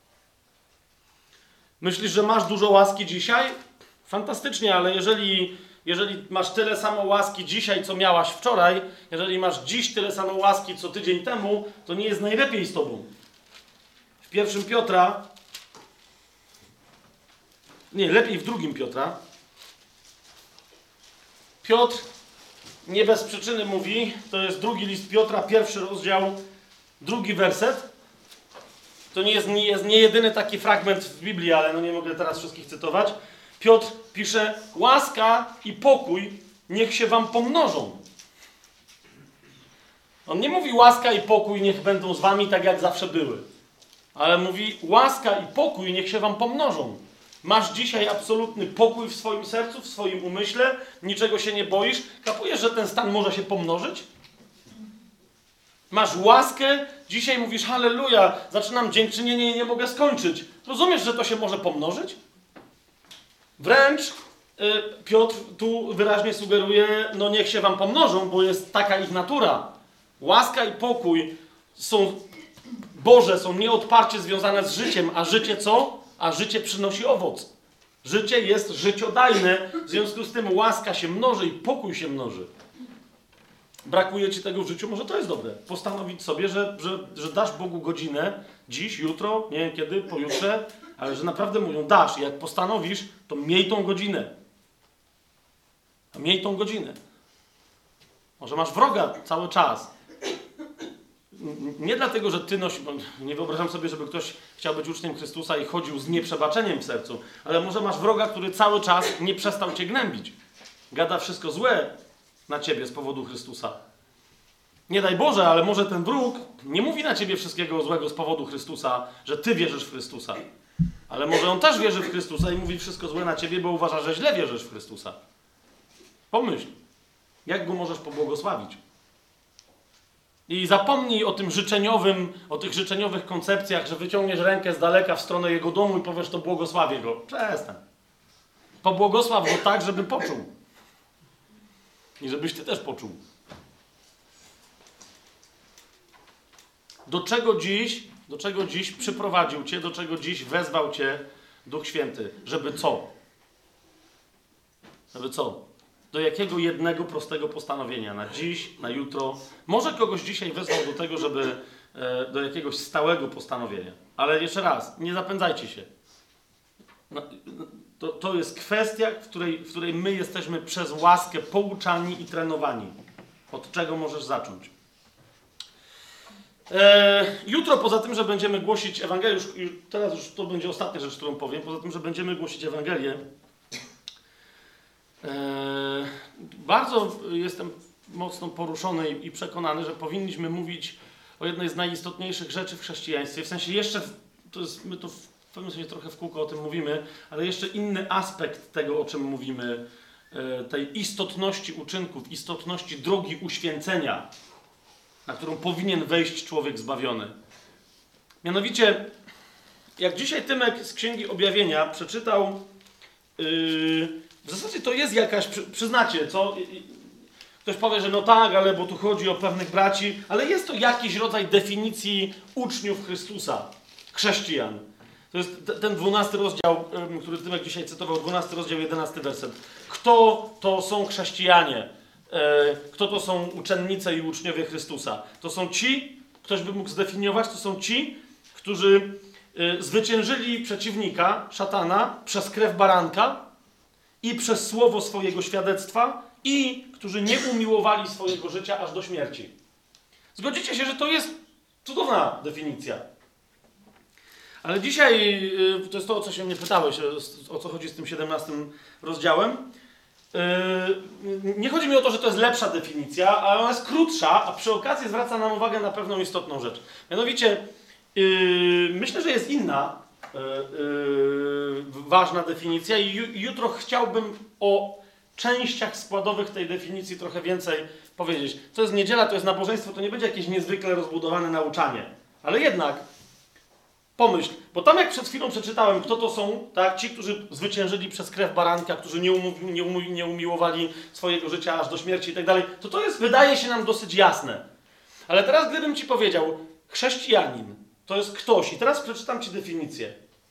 Myślisz, że masz dużo łaski dzisiaj? Fantastycznie, ale jeżeli, jeżeli masz tyle samo łaski dzisiaj, co miałaś wczoraj, jeżeli masz dziś tyle samo łaski, co tydzień temu, to nie jest najlepiej z tobą. W pierwszym Piotra, nie, lepiej w drugim Piotra, Piotr nie bez przyczyny mówi, to jest drugi list Piotra, pierwszy rozdział, drugi werset. To nie jest, nie jest nie jedyny taki fragment w Biblii, ale no nie mogę teraz wszystkich cytować. Piotr pisze, łaska i pokój niech się wam pomnożą. On nie mówi łaska i pokój niech będą z wami tak jak zawsze były. Ale mówi łaska i pokój niech się wam pomnożą. Masz dzisiaj absolutny pokój w swoim sercu, w swoim umyśle, niczego się nie boisz. Kapujesz, że ten stan może się pomnożyć? Masz łaskę, dzisiaj mówisz halleluja, zaczynam dziękczynienie i nie mogę skończyć. Rozumiesz, że to się może pomnożyć? Wręcz y, Piotr tu wyraźnie sugeruje, no niech się wam pomnożą, bo jest taka ich natura. Łaska i pokój są Boże, są nieodparcie związane z życiem, a życie co? A życie przynosi owoc. Życie jest życiodajne, w związku z tym łaska się mnoży i pokój się mnoży. Brakuje ci tego w życiu, może to jest dobre. Postanowić sobie, że, że, że dasz Bogu godzinę, dziś, jutro, nie wiem kiedy, pojutrze, ale że naprawdę mu ją dasz. I jak postanowisz, to miej tą godzinę. A miej tą godzinę. Może masz wroga cały czas. Nie dlatego, że ty nosisz, nie wyobrażam sobie, żeby ktoś chciał być uczniem Chrystusa i chodził z nieprzebaczeniem w sercu, ale może masz wroga, który cały czas nie przestał cię gnębić. Gada wszystko złe na ciebie z powodu Chrystusa. Nie daj Boże, ale może ten wróg nie mówi na ciebie wszystkiego złego z powodu Chrystusa, że ty wierzysz w Chrystusa. Ale może on też wierzy w Chrystusa i mówi wszystko złe na ciebie, bo uważa, że źle wierzysz w Chrystusa. Pomyśl, jak go możesz pobłogosławić. I zapomnij o tym życzeniowym, o tych życzeniowych koncepcjach, że wyciągniesz rękę z daleka w stronę jego domu i powiesz, to błogosławię go. Przestań. Pobłogosław go tak, żeby poczuł. I żebyś ty też poczuł. Do czego dziś, do czego dziś przyprowadził cię, do czego dziś wezwał cię Duch Święty? Żeby co? Żeby co? Do jakiego jednego prostego postanowienia? Na dziś, na jutro? Może kogoś dzisiaj wezwał do tego, żeby e, do jakiegoś stałego postanowienia. Ale jeszcze raz, nie zapędzajcie się. No, to, to jest kwestia, w której, w której my jesteśmy przez łaskę pouczani i trenowani. Od czego możesz zacząć? E, jutro, poza tym, że będziemy głosić Ewangelię, już, już, teraz już to będzie ostatnia rzecz, którą powiem, poza tym, że będziemy głosić Ewangelię, e, bardzo jestem mocno poruszony i, i przekonany, że powinniśmy mówić o jednej z najistotniejszych rzeczy w chrześcijaństwie. W sensie jeszcze, to jest, my tu w pewnym sensie trochę w kółko o tym mówimy, ale jeszcze inny aspekt tego, o czym mówimy, e, tej istotności uczynków, istotności drogi uświęcenia, na którą powinien wejść człowiek zbawiony. Mianowicie, jak dzisiaj Tymek z Księgi Objawienia przeczytał, yy, w zasadzie to jest jakaś, przy, przyznacie, co? Ktoś powie, że no tak, ale bo tu chodzi o pewnych braci, ale jest to jakiś rodzaj definicji uczniów Chrystusa. chrześcijan. To jest t- ten dwunasty rozdział, ym, który Tymek dzisiaj cytował, dwunasty rozdział, jedenasty werset. Kto to są chrześcijanie? E, kto to są uczennice i uczniowie Chrystusa? To są ci, ktoś by mógł zdefiniować, to są ci, którzy y, zwyciężyli przeciwnika, szatana, przez krew baranka i przez słowo swojego świadectwa i którzy nie umiłowali swojego życia aż do śmierci. Zgodzicie się, że to jest cudowna definicja. Ale dzisiaj, y, to jest to, o co się mnie pytałeś, o, o co chodzi z tym siedemnastym rozdziałem. Yy, nie chodzi mi o to, że to jest lepsza definicja, ale ona jest krótsza, a przy okazji zwraca nam uwagę na pewną istotną rzecz. Mianowicie, yy, myślę, że jest inna yy, yy, ważna definicja i ju, jutro chciałbym o częściach składowych tej definicji trochę więcej powiedzieć. To jest niedziela, to jest nabożeństwo, to nie będzie jakieś niezwykle rozbudowane nauczanie. Ale jednak, pomyśl, bo tam jak przed chwilą przeczytałem, kto to są, tak, ci, którzy zwyciężyli przez krew baranka, którzy nie, umu, nie, umu, nie umiłowali swojego życia aż do śmierci i tak dalej, to to jest, wydaje się nam dosyć jasne. Ale teraz gdybym ci powiedział, chrześcijanin to jest ktoś, i teraz przeczytam ci definicję,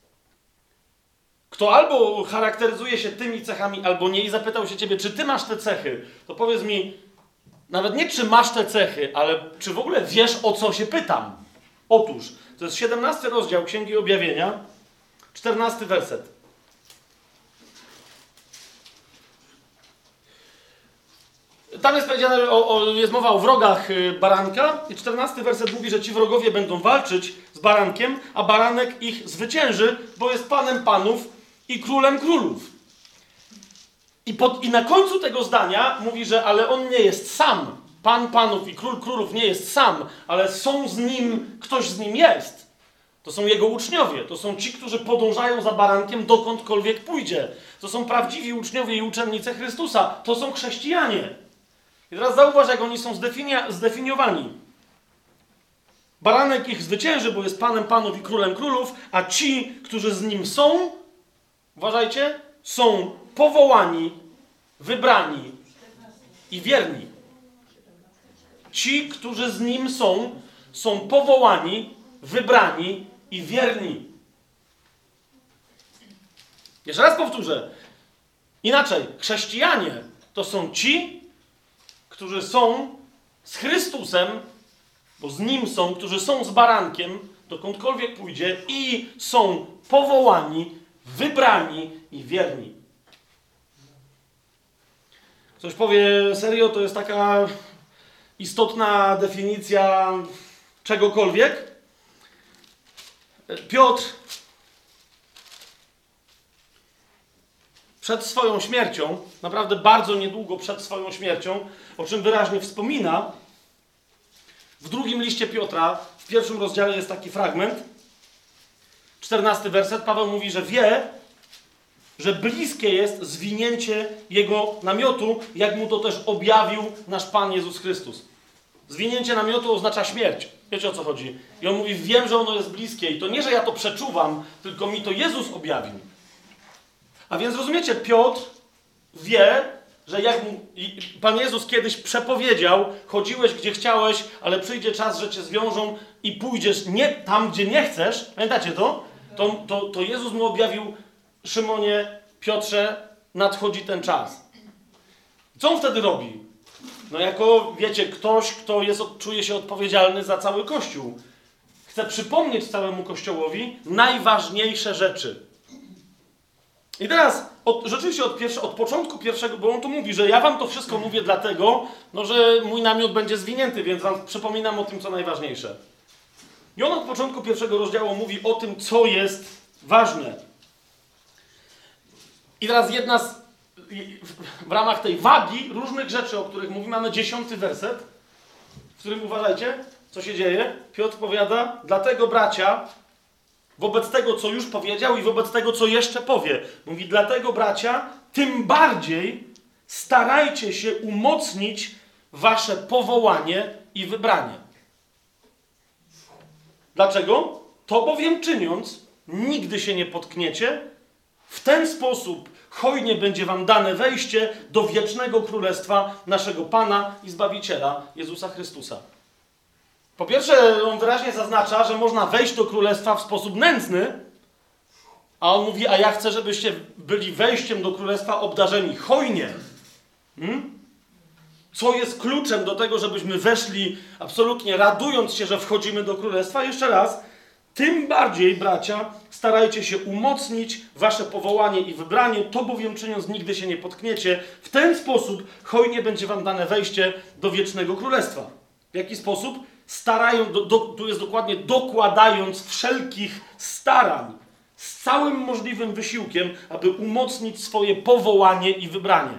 kto albo charakteryzuje się tymi cechami, albo nie, i zapytał się ciebie, czy ty masz te cechy, to powiedz mi, nawet nie czy masz te cechy, ale czy w ogóle wiesz, o co się pytam. Otóż, to jest siedemnasty rozdział Księgi Objawienia, czternasty werset. Tam jest powiedziane, o, o, jest mowa o wrogach baranka i czternasty werset mówi, że ci wrogowie będą walczyć z barankiem, a baranek ich zwycięży, bo jest Panem Panów i Królem Królów. I, pod, I na końcu tego zdania mówi, że ale on nie jest sam. Pan Panów i Król Królów nie jest sam, ale są z nim, ktoś z nim jest. To są jego uczniowie, to są ci, którzy podążają za barankiem dokądkolwiek pójdzie. To są prawdziwi uczniowie i uczennice Chrystusa. To są chrześcijanie. I teraz zauważ, jak oni są zdefinia- zdefiniowani. Baranek ich zwycięży, bo jest Panem Panów i Królem Królów, a ci, którzy z nim są, uważajcie, są powołani, wybrani i wierni. Ci, którzy z nim są, są powołani, wybrani i wierni. Jeszcze raz powtórzę. Inaczej, chrześcijanie to są ci, którzy są z Chrystusem, bo z nim są, którzy są z barankiem, dokądkolwiek pójdzie, i są powołani, wybrani i wierni. Ktoś powie, serio, to jest taka istotna definicja czegokolwiek? Piotr przed swoją śmiercią, naprawdę bardzo niedługo przed swoją śmiercią, o czym wyraźnie wspomina, w drugim liście Piotra, w pierwszym rozdziale jest taki fragment, czternasty werset, Paweł mówi, że wie, że bliskie jest zwinięcie jego namiotu, jak mu to też objawił nasz Pan Jezus Chrystus. Zwinięcie namiotu oznacza śmierć. Wiecie, o co chodzi? I on mówi, wiem, że ono jest bliskie. I to nie, że ja to przeczuwam, tylko mi to Jezus objawił. A więc rozumiecie, Piotr wie, że jak mu Pan Jezus kiedyś przepowiedział, chodziłeś gdzie chciałeś, ale przyjdzie czas, że cię zwiążą i pójdziesz nie tam, gdzie nie chcesz. Pamiętacie to? To, to, to Jezus mu objawił, Szymonie, Piotrze, nadchodzi ten czas. Co on wtedy robi? No jako, wiecie, ktoś, kto jest, czuje się odpowiedzialny za cały Kościół. Chce przypomnieć całemu Kościołowi najważniejsze rzeczy. I teraz, od, rzeczywiście od, pierwsze, od początku pierwszego, bo on tu mówi, że ja wam to wszystko mówię dlatego, no, że mój namiot będzie zwinięty, więc wam przypominam o tym, co najważniejsze. I on od początku pierwszego rozdziału mówi o tym, co jest ważne. I teraz jedna z, w ramach tej wagi różnych rzeczy, o których mówi, mamy dziesiąty werset, w którym uważajcie, co się dzieje. Piotr powiada, dlatego bracia, wobec tego, co już powiedział i wobec tego, co jeszcze powie. Mówi, dlatego bracia, tym bardziej starajcie się umocnić wasze powołanie i wybranie. Dlaczego? To bowiem czyniąc, nigdy się nie potkniecie, w ten sposób hojnie będzie wam dane wejście do wiecznego królestwa naszego Pana i Zbawiciela Jezusa Chrystusa. Po pierwsze, on wyraźnie zaznacza, że można wejść do królestwa w sposób nędzny, a on mówi, a ja chcę, żebyście byli wejściem do królestwa obdarzeni hojnie. Hmm? Co jest kluczem do tego, żebyśmy weszli absolutnie radując się, że wchodzimy do królestwa? Jeszcze raz, tym bardziej, bracia, starajcie się umocnić wasze powołanie i wybranie, to bowiem czyniąc nigdy się nie potkniecie. W ten sposób hojnie będzie wam dane wejście do wiecznego królestwa. W jaki sposób? Starają, do, do, tu jest dokładnie dokładając wszelkich starań, z całym możliwym wysiłkiem, aby umocnić swoje powołanie i wybranie.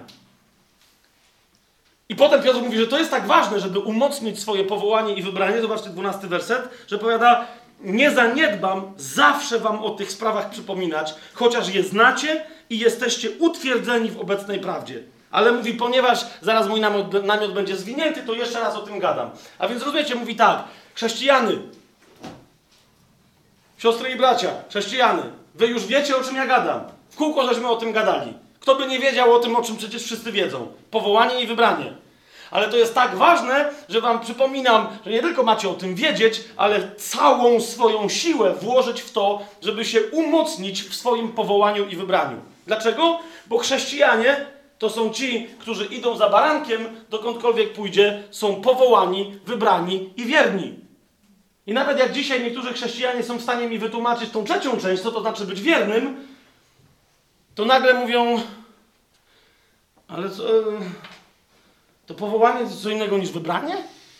I potem Piotr mówi, że to jest tak ważne, żeby umocnić swoje powołanie i wybranie. Zobaczcie dwunasty werset, że powiada, nie zaniedbam zawsze wam o tych sprawach przypominać, chociaż je znacie i jesteście utwierdzeni w obecnej prawdzie. Ale mówi, ponieważ zaraz mój namiot, namiot będzie zwinięty, to jeszcze raz o tym gadam. A więc rozumiecie, mówi tak, chrześcijany, siostry i bracia, chrześcijany, wy już wiecie, o czym ja gadam. W kółko żeśmy o tym gadali. Kto by nie wiedział o tym, o czym przecież wszyscy wiedzą. Powołanie i wybranie. Ale to jest tak ważne, że wam przypominam, że nie tylko macie o tym wiedzieć, ale całą swoją siłę włożyć w to, żeby się umocnić w swoim powołaniu i wybraniu. Dlaczego? Bo chrześcijanie to są ci, którzy idą za barankiem, dokądkolwiek pójdzie, są powołani, wybrani i wierni. I nawet jak dzisiaj niektórzy chrześcijanie są w stanie mi wytłumaczyć tą trzecią część, co to znaczy być wiernym, to nagle mówią, ale co, to powołanie to co innego niż wybranie?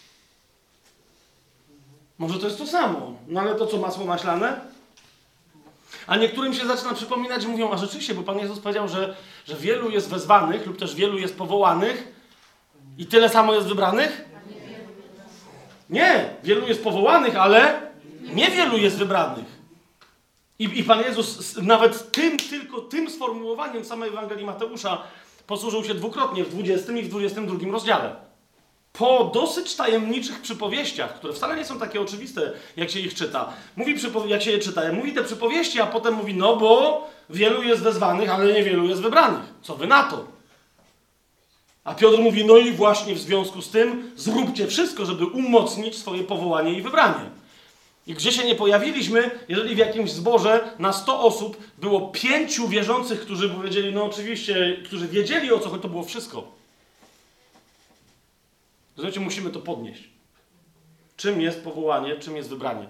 Może to jest to samo, no ale to co, masło maślane? A niektórym się zaczyna przypominać i mówią, a rzeczywiście, bo Pan Jezus powiedział, że, że wielu jest wezwanych lub też wielu jest powołanych i tyle samo jest wybranych? Nie, wielu jest powołanych, ale niewielu jest wybranych. I, I Pan Jezus nawet tym, tylko tym sformułowaniem samej Ewangelii Mateusza posłużył się dwukrotnie, w dwudziestym i w dwudziestym drugim rozdziale. Po dosyć tajemniczych przypowieściach, które wcale nie są takie oczywiste, jak się ich czyta. Mówi, jak się je czyta, mówi te przypowieści, a potem mówi, no bo wielu jest wezwanych, ale niewielu jest wybranych. Co wy na to? A Piotr mówi, no i właśnie w związku z tym zróbcie wszystko, żeby umocnić swoje powołanie i wybranie. I gdzie się nie pojawiliśmy, jeżeli w jakimś zborze na sto osób było pięciu wierzących, którzy powiedzieli, no oczywiście, którzy wiedzieli o co chodzi, to było wszystko. Zobaczcie, musimy to podnieść. Czym jest powołanie, czym jest wybranie?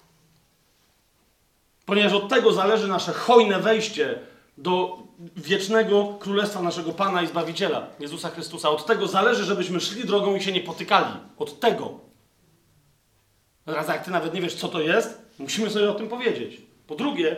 Ponieważ od tego zależy nasze hojne wejście do wiecznego królestwa naszego Pana i Zbawiciela, Jezusa Chrystusa. Od tego zależy, żebyśmy szli drogą i się nie potykali. Od tego. Teraz jak ty nawet nie wiesz, co to jest, musimy sobie o tym powiedzieć. Po drugie,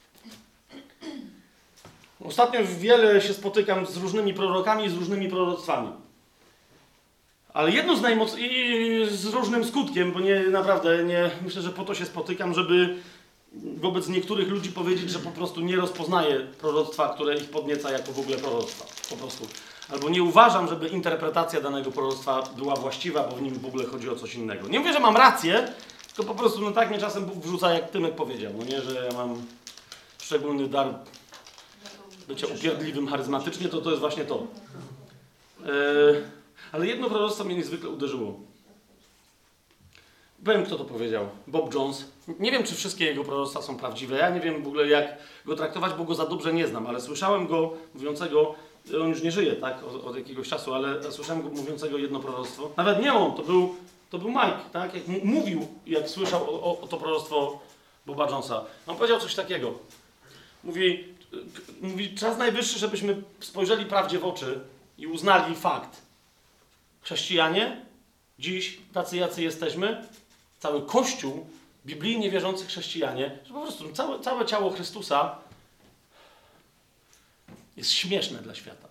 ostatnio wiele się spotykam z różnymi prorokami i z różnymi proroctwami. Ale jedno z najmocniejszych, i z różnym skutkiem, bo nie, naprawdę, nie, myślę, że po to się spotykam, żeby wobec niektórych ludzi powiedzieć, że po prostu nie rozpoznaję proroctwa, które ich podnieca jako w ogóle proroctwa. Po prostu. Albo nie uważam, żeby interpretacja danego proroctwa była właściwa, bo w nim w ogóle chodzi o coś innego. Nie mówię, że mam rację, tylko po prostu no tak mnie czasem Bóg wrzuca, jak Tymek powiedział. No nie, że ja mam szczególny dar bycia upierdliwym charyzmatycznie, to to jest właśnie to. Yy, ale jedno proroctwo mnie niezwykle uderzyło. Powiem, kto to powiedział. Bob Jones. Nie wiem, czy wszystkie jego proroctwa są prawdziwe. Ja nie wiem w ogóle, jak go traktować, bo go za dobrze nie znam, ale słyszałem go mówiącego, on już nie żyje, tak, od, od jakiegoś czasu, ale słyszałem go mówiącego jedno proroctwo. Nawet nie on, to był, to był Mike, tak, jak m- mówił, jak słyszał o, o, o to proroctwo Boba Jonesa. On powiedział coś takiego. Mówi, mówi, czas najwyższy, żebyśmy spojrzeli prawdzie w oczy i uznali fakt. Chrześcijanie, dziś, tacy jacy jesteśmy, cały Kościół, biblijnie wierzący chrześcijanie, że po prostu całe, całe ciało Chrystusa jest śmieszne dla świata.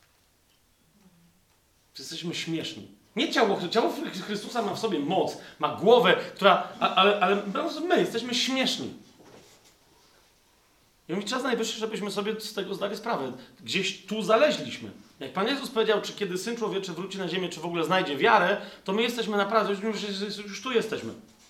Jesteśmy śmieszni. Nie ciało, ciało Chrystusa ma w sobie moc, ma głowę, która, ale, ale my jesteśmy śmieszni. I mówi, czas najwyższy, żebyśmy sobie z tego zdali sprawę. Gdzieś tu zaleźliśmy. Jak Pan Jezus powiedział, czy kiedy Syn Człowieczy wróci na ziemię, czy w ogóle znajdzie wiarę, to my jesteśmy naprawdę, już, już, już tu jesteśmy.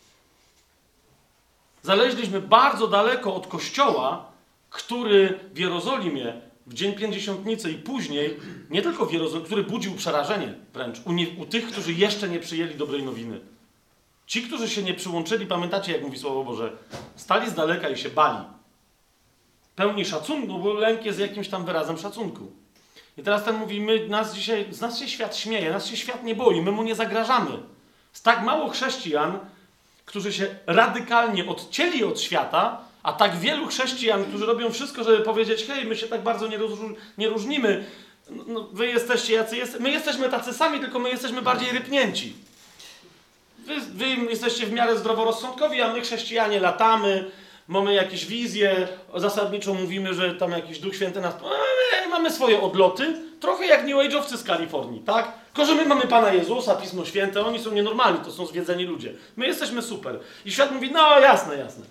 Zaleźliśmy bardzo daleko od Kościoła, który w Jerozolimie w Dzień Pięćdziesiątnicy i później, nie tylko w Jerozolimie, który budził przerażenie wręcz u, nie, u tych, którzy jeszcze nie przyjęli dobrej nowiny. Ci, którzy się nie przyłączyli, pamiętacie, jak mówi Słowo Boże, stali z daleka i się bali. Pełni szacunku, bo lęk jest jakimś tam wyrazem szacunku. I teraz ten mówi, my, nas dzisiaj, z nas się świat śmieje, nas się świat nie boi, my mu nie zagrażamy. Jest tak mało chrześcijan, którzy się radykalnie odcięli od świata, a tak wielu chrześcijan, którzy robią wszystko, żeby powiedzieć, hej, my się tak bardzo nie, róż- nie różnimy, no, wy jesteście jacy jest, my jesteśmy tacy sami, tylko my jesteśmy bardziej rypnięci. Wy, wy jesteście w miarę zdroworozsądkowi, a my chrześcijanie latamy, mamy jakieś wizje, zasadniczo mówimy, że tam jakiś Duch Święty nas... Eee, mamy swoje odloty, trochę jak New Age'owcy z Kalifornii, tak? Tylko, że my mamy Pana Jezusa, Pismo Święte, oni są nienormalni, to są zwiedzeni ludzie. My jesteśmy super. I świat mówi, no jasne, jasne.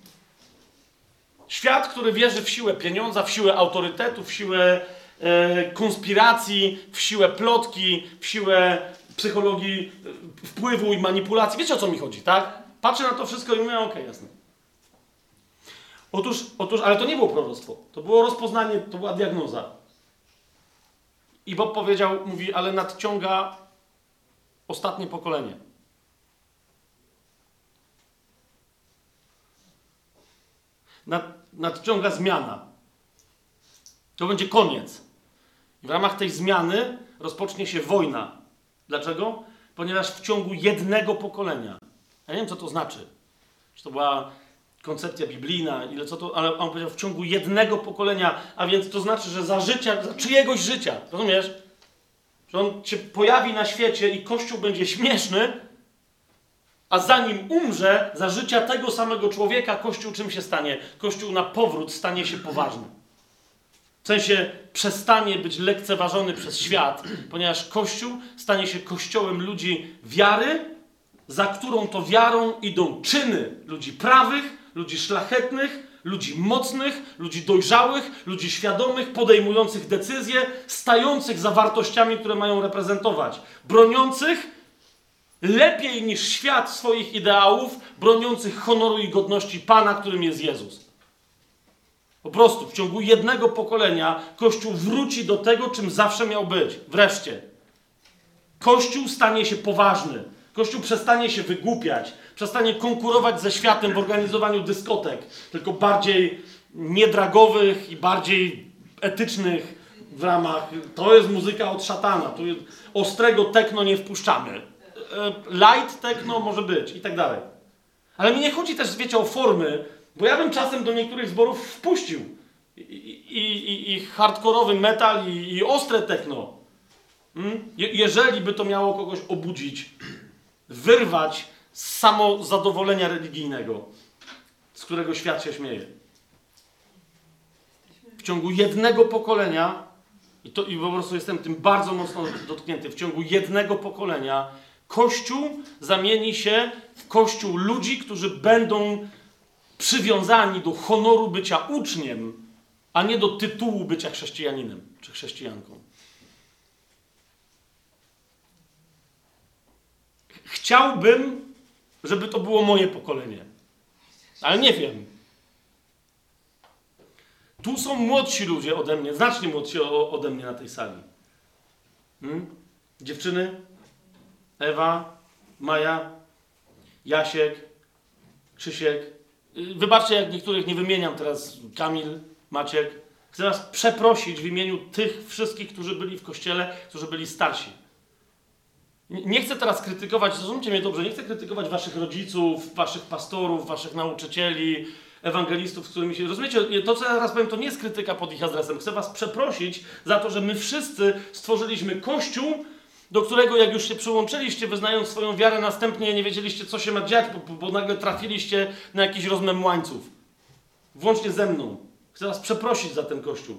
Świat, który wierzy w siłę pieniądza, w siłę autorytetu, w siłę e, konspiracji, w siłę plotki, w siłę psychologii e, wpływu i manipulacji. Wiecie, o co mi chodzi, tak? Patrzę na to wszystko i mówię, okej, okay, jasne. Otóż, otóż, ale to nie było proroctwo. To było rozpoznanie, to była diagnoza. I Bob powiedział, mówi, ale nadciąga ostatnie pokolenie. Nad, nadciąga zmiana. To będzie koniec. I w ramach tej zmiany rozpocznie się wojna. Dlaczego? Ponieważ w ciągu jednego pokolenia. Ja nie wiem, co to znaczy. Czy to była koncepcja biblijna, ile co to, ale on powiedział w ciągu jednego pokolenia, a więc to znaczy, że za życia, za czyjegoś życia, rozumiesz? Że on się pojawi na świecie i Kościół będzie śmieszny, a zanim umrze, za życia tego samego człowieka, Kościół czym się stanie? Kościół na powrót stanie się poważny. W sensie przestanie być lekceważony przez świat, ponieważ Kościół stanie się kościołem ludzi wiary, za którą to wiarą idą czyny ludzi prawych, ludzi szlachetnych, ludzi mocnych, ludzi dojrzałych, ludzi świadomych, podejmujących decyzje, stających za wartościami, które mają reprezentować, broniących lepiej niż świat swoich ideałów, broniących honoru i godności Pana, którym jest Jezus. Po prostu w ciągu jednego pokolenia Kościół wróci do tego, czym zawsze miał być. Wreszcie. Kościół stanie się poważny. Kościół przestanie się wygłupiać, przestanie konkurować ze światem w organizowaniu dyskotek, tylko bardziej niedragowych i bardziej etycznych w ramach, to jest muzyka od szatana, tu jest, ostrego techno nie wpuszczamy, light techno może być i tak dalej. Ale mi nie chodzi też, wiecie, o formy, bo ja bym czasem do niektórych zborów wpuścił i, i, i, i hardkorowy metal i, i ostre techno. Hmm? Je, jeżeli by to miało kogoś obudzić, wyrwać z samozadowolenia religijnego, z którego świat się śmieje. W ciągu jednego pokolenia, i, to, i po prostu jestem tym bardzo mocno dotknięty, w ciągu jednego pokolenia Kościół zamieni się w Kościół ludzi, którzy będą przywiązani do honoru bycia uczniem, a nie do tytułu bycia chrześcijaninem czy chrześcijanką. Chciałbym, żeby to było moje pokolenie. Ale nie wiem. Tu są młodsi ludzie ode mnie, znacznie młodsi ode mnie na tej sali. Hmm? Dziewczyny? Ewa? Maja? Jasiek? Krzysiek? Wybaczcie, jak niektórych nie wymieniam teraz. Kamil? Maciek? Chcę was przeprosić w imieniu tych wszystkich, którzy byli w kościele, którzy byli starsi. Nie chcę teraz krytykować, zrozumcie mnie dobrze, nie chcę krytykować waszych rodziców, waszych pastorów, waszych nauczycieli, ewangelistów, z którymi się... Rozumiecie, to co ja teraz powiem, to nie jest krytyka pod ich adresem. Chcę was przeprosić za to, że my wszyscy stworzyliśmy Kościół, do którego jak już się przyłączyliście, wyznając swoją wiarę, następnie nie wiedzieliście, co się ma dziać, bo, bo nagle trafiliście na jakiś rozmemłańców. Włącznie ze mną. Chcę was przeprosić za ten Kościół.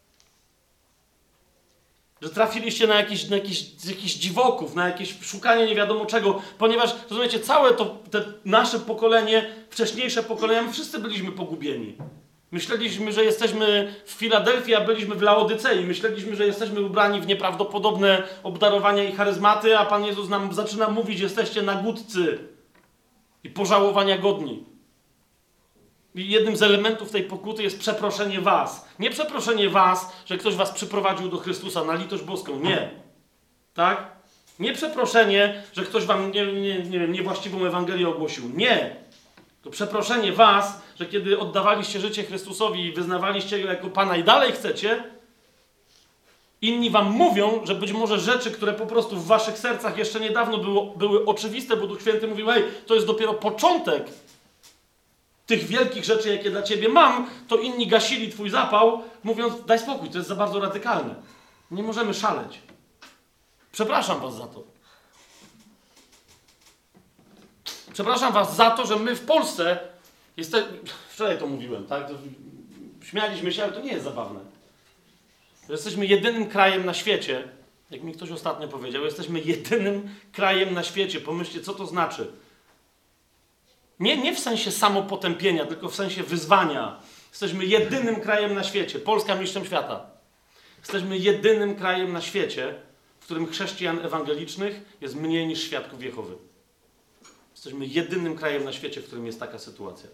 Że trafiliście na jakiś, na jakiś, jakiś dziwoków, na jakieś szukanie nie wiadomo czego, ponieważ, rozumiecie, całe to te nasze pokolenie, wcześniejsze pokolenia, my wszyscy byliśmy pogubieni. Myśleliśmy, że jesteśmy w Filadelfii, a byliśmy w Laodycei. Myśleliśmy, że jesteśmy ubrani w nieprawdopodobne obdarowania i charyzmaty, a Pan Jezus nam zaczyna mówić, jesteście nagódcy i pożałowania godni. I jednym z elementów tej pokuty jest przeproszenie was. Nie przeproszenie was, że ktoś was przyprowadził do Chrystusa na litość boską. Nie. Tak? Nie przeproszenie, że ktoś wam nie, nie, nie wiem, niewłaściwą Ewangelię ogłosił. Nie. To przeproszenie was, że kiedy oddawaliście życie Chrystusowi i wyznawaliście Go jako Pana i dalej chcecie, inni wam mówią, że być może rzeczy, które po prostu w waszych sercach jeszcze niedawno było, były oczywiste, bo Duch Święty mówił, hej, to jest dopiero początek tych wielkich rzeczy, jakie dla ciebie mam, to inni gasili twój zapał, mówiąc, daj spokój, to jest za bardzo radykalne. Nie możemy szaleć. Przepraszam was za to. Przepraszam was za to, że my w Polsce jesteśmy... Wczoraj to mówiłem, tak? To śmialiśmy się, ale to nie jest zabawne. Że jesteśmy jedynym krajem na świecie, jak mi ktoś ostatnio powiedział, jesteśmy jedynym krajem na świecie. Pomyślcie, co to znaczy. Nie, nie w sensie samopotępienia, tylko w sensie wyzwania. Jesteśmy jedynym krajem na świecie. Polska mistrzem świata. Jesteśmy jedynym krajem na świecie, w którym chrześcijan ewangelicznych jest mniej niż świadków Jehowy. Jesteśmy jedynym krajem na świecie, w którym jest taka sytuacja.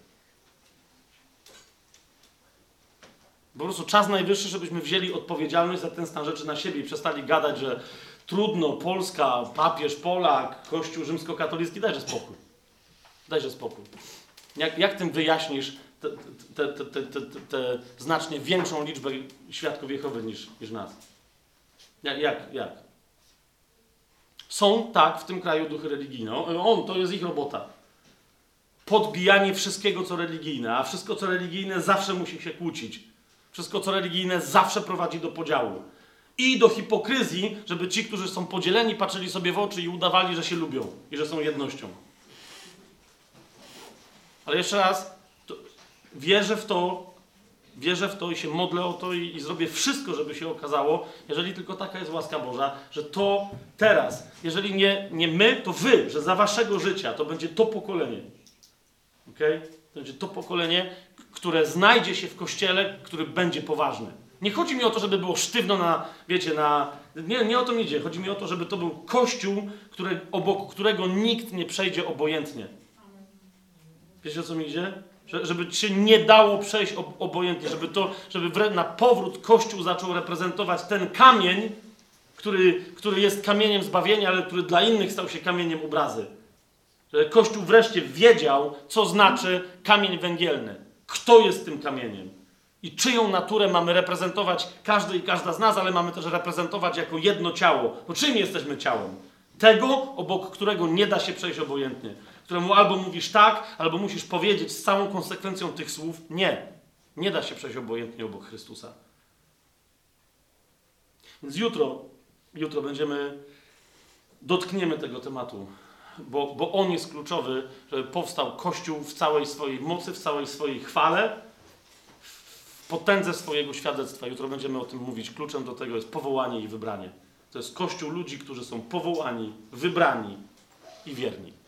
Po prostu czas najwyższy, żebyśmy wzięli odpowiedzialność za ten stan rzeczy na siebie i przestali gadać, że trudno, Polska, papież, Polak, Kościół rzymskokatolicki, dajże spokój. Dajże spokój. Jak, jak tym wyjaśnisz tę te, te, te, te, te, te znacznie większą liczbę świadków Jehowy niż, niż nas? Jak, jak, jak? Są, tak, w tym kraju duchy religijne. On, to jest ich robota. Podbijanie wszystkiego, co religijne, a wszystko, co religijne, zawsze musi się kłócić. Wszystko, co religijne, zawsze prowadzi do podziału. I do hipokryzji, żeby ci, którzy są podzieleni, patrzyli sobie w oczy i udawali, że się lubią i że są jednością. Ale jeszcze raz, to wierzę w to, wierzę w to i się modlę o to i, i zrobię wszystko, żeby się okazało, jeżeli tylko taka jest łaska Boża, że to teraz, jeżeli nie, nie my, to wy, że za waszego życia to będzie to pokolenie. Okej? Okay? To będzie to pokolenie, które znajdzie się w Kościele, który będzie poważny. Nie chodzi mi o to, żeby było sztywno na, wiecie, na... Nie, nie o to mi idzie. Chodzi mi o to, żeby to był Kościół, który, obok którego nikt nie przejdzie obojętnie. Wiecie, o co mi idzie? Że, żeby się nie dało przejść ob, obojętnie, żeby to, żeby wre, na powrót Kościół zaczął reprezentować ten kamień, który, który jest kamieniem zbawienia, ale który dla innych stał się kamieniem obrazy. Że Kościół wreszcie wiedział, co znaczy kamień węgielny. Kto jest tym kamieniem? I czyją naturę mamy reprezentować każdy i każda z nas, ale mamy też reprezentować jako jedno ciało. Bo czym jesteśmy ciałem? Tego, obok którego nie da się przejść obojętnie. Któremu albo mówisz tak, albo musisz powiedzieć z całą konsekwencją tych słów nie. Nie da się przejść obojętnie obok Chrystusa. Więc jutro, jutro będziemy, dotkniemy tego tematu, bo, bo on jest kluczowy, żeby powstał Kościół w całej swojej mocy, w całej swojej chwale, w potędze swojego świadectwa. Jutro będziemy o tym mówić. Kluczem do tego jest powołanie i wybranie. To jest Kościół ludzi, którzy są powołani, wybrani i wierni.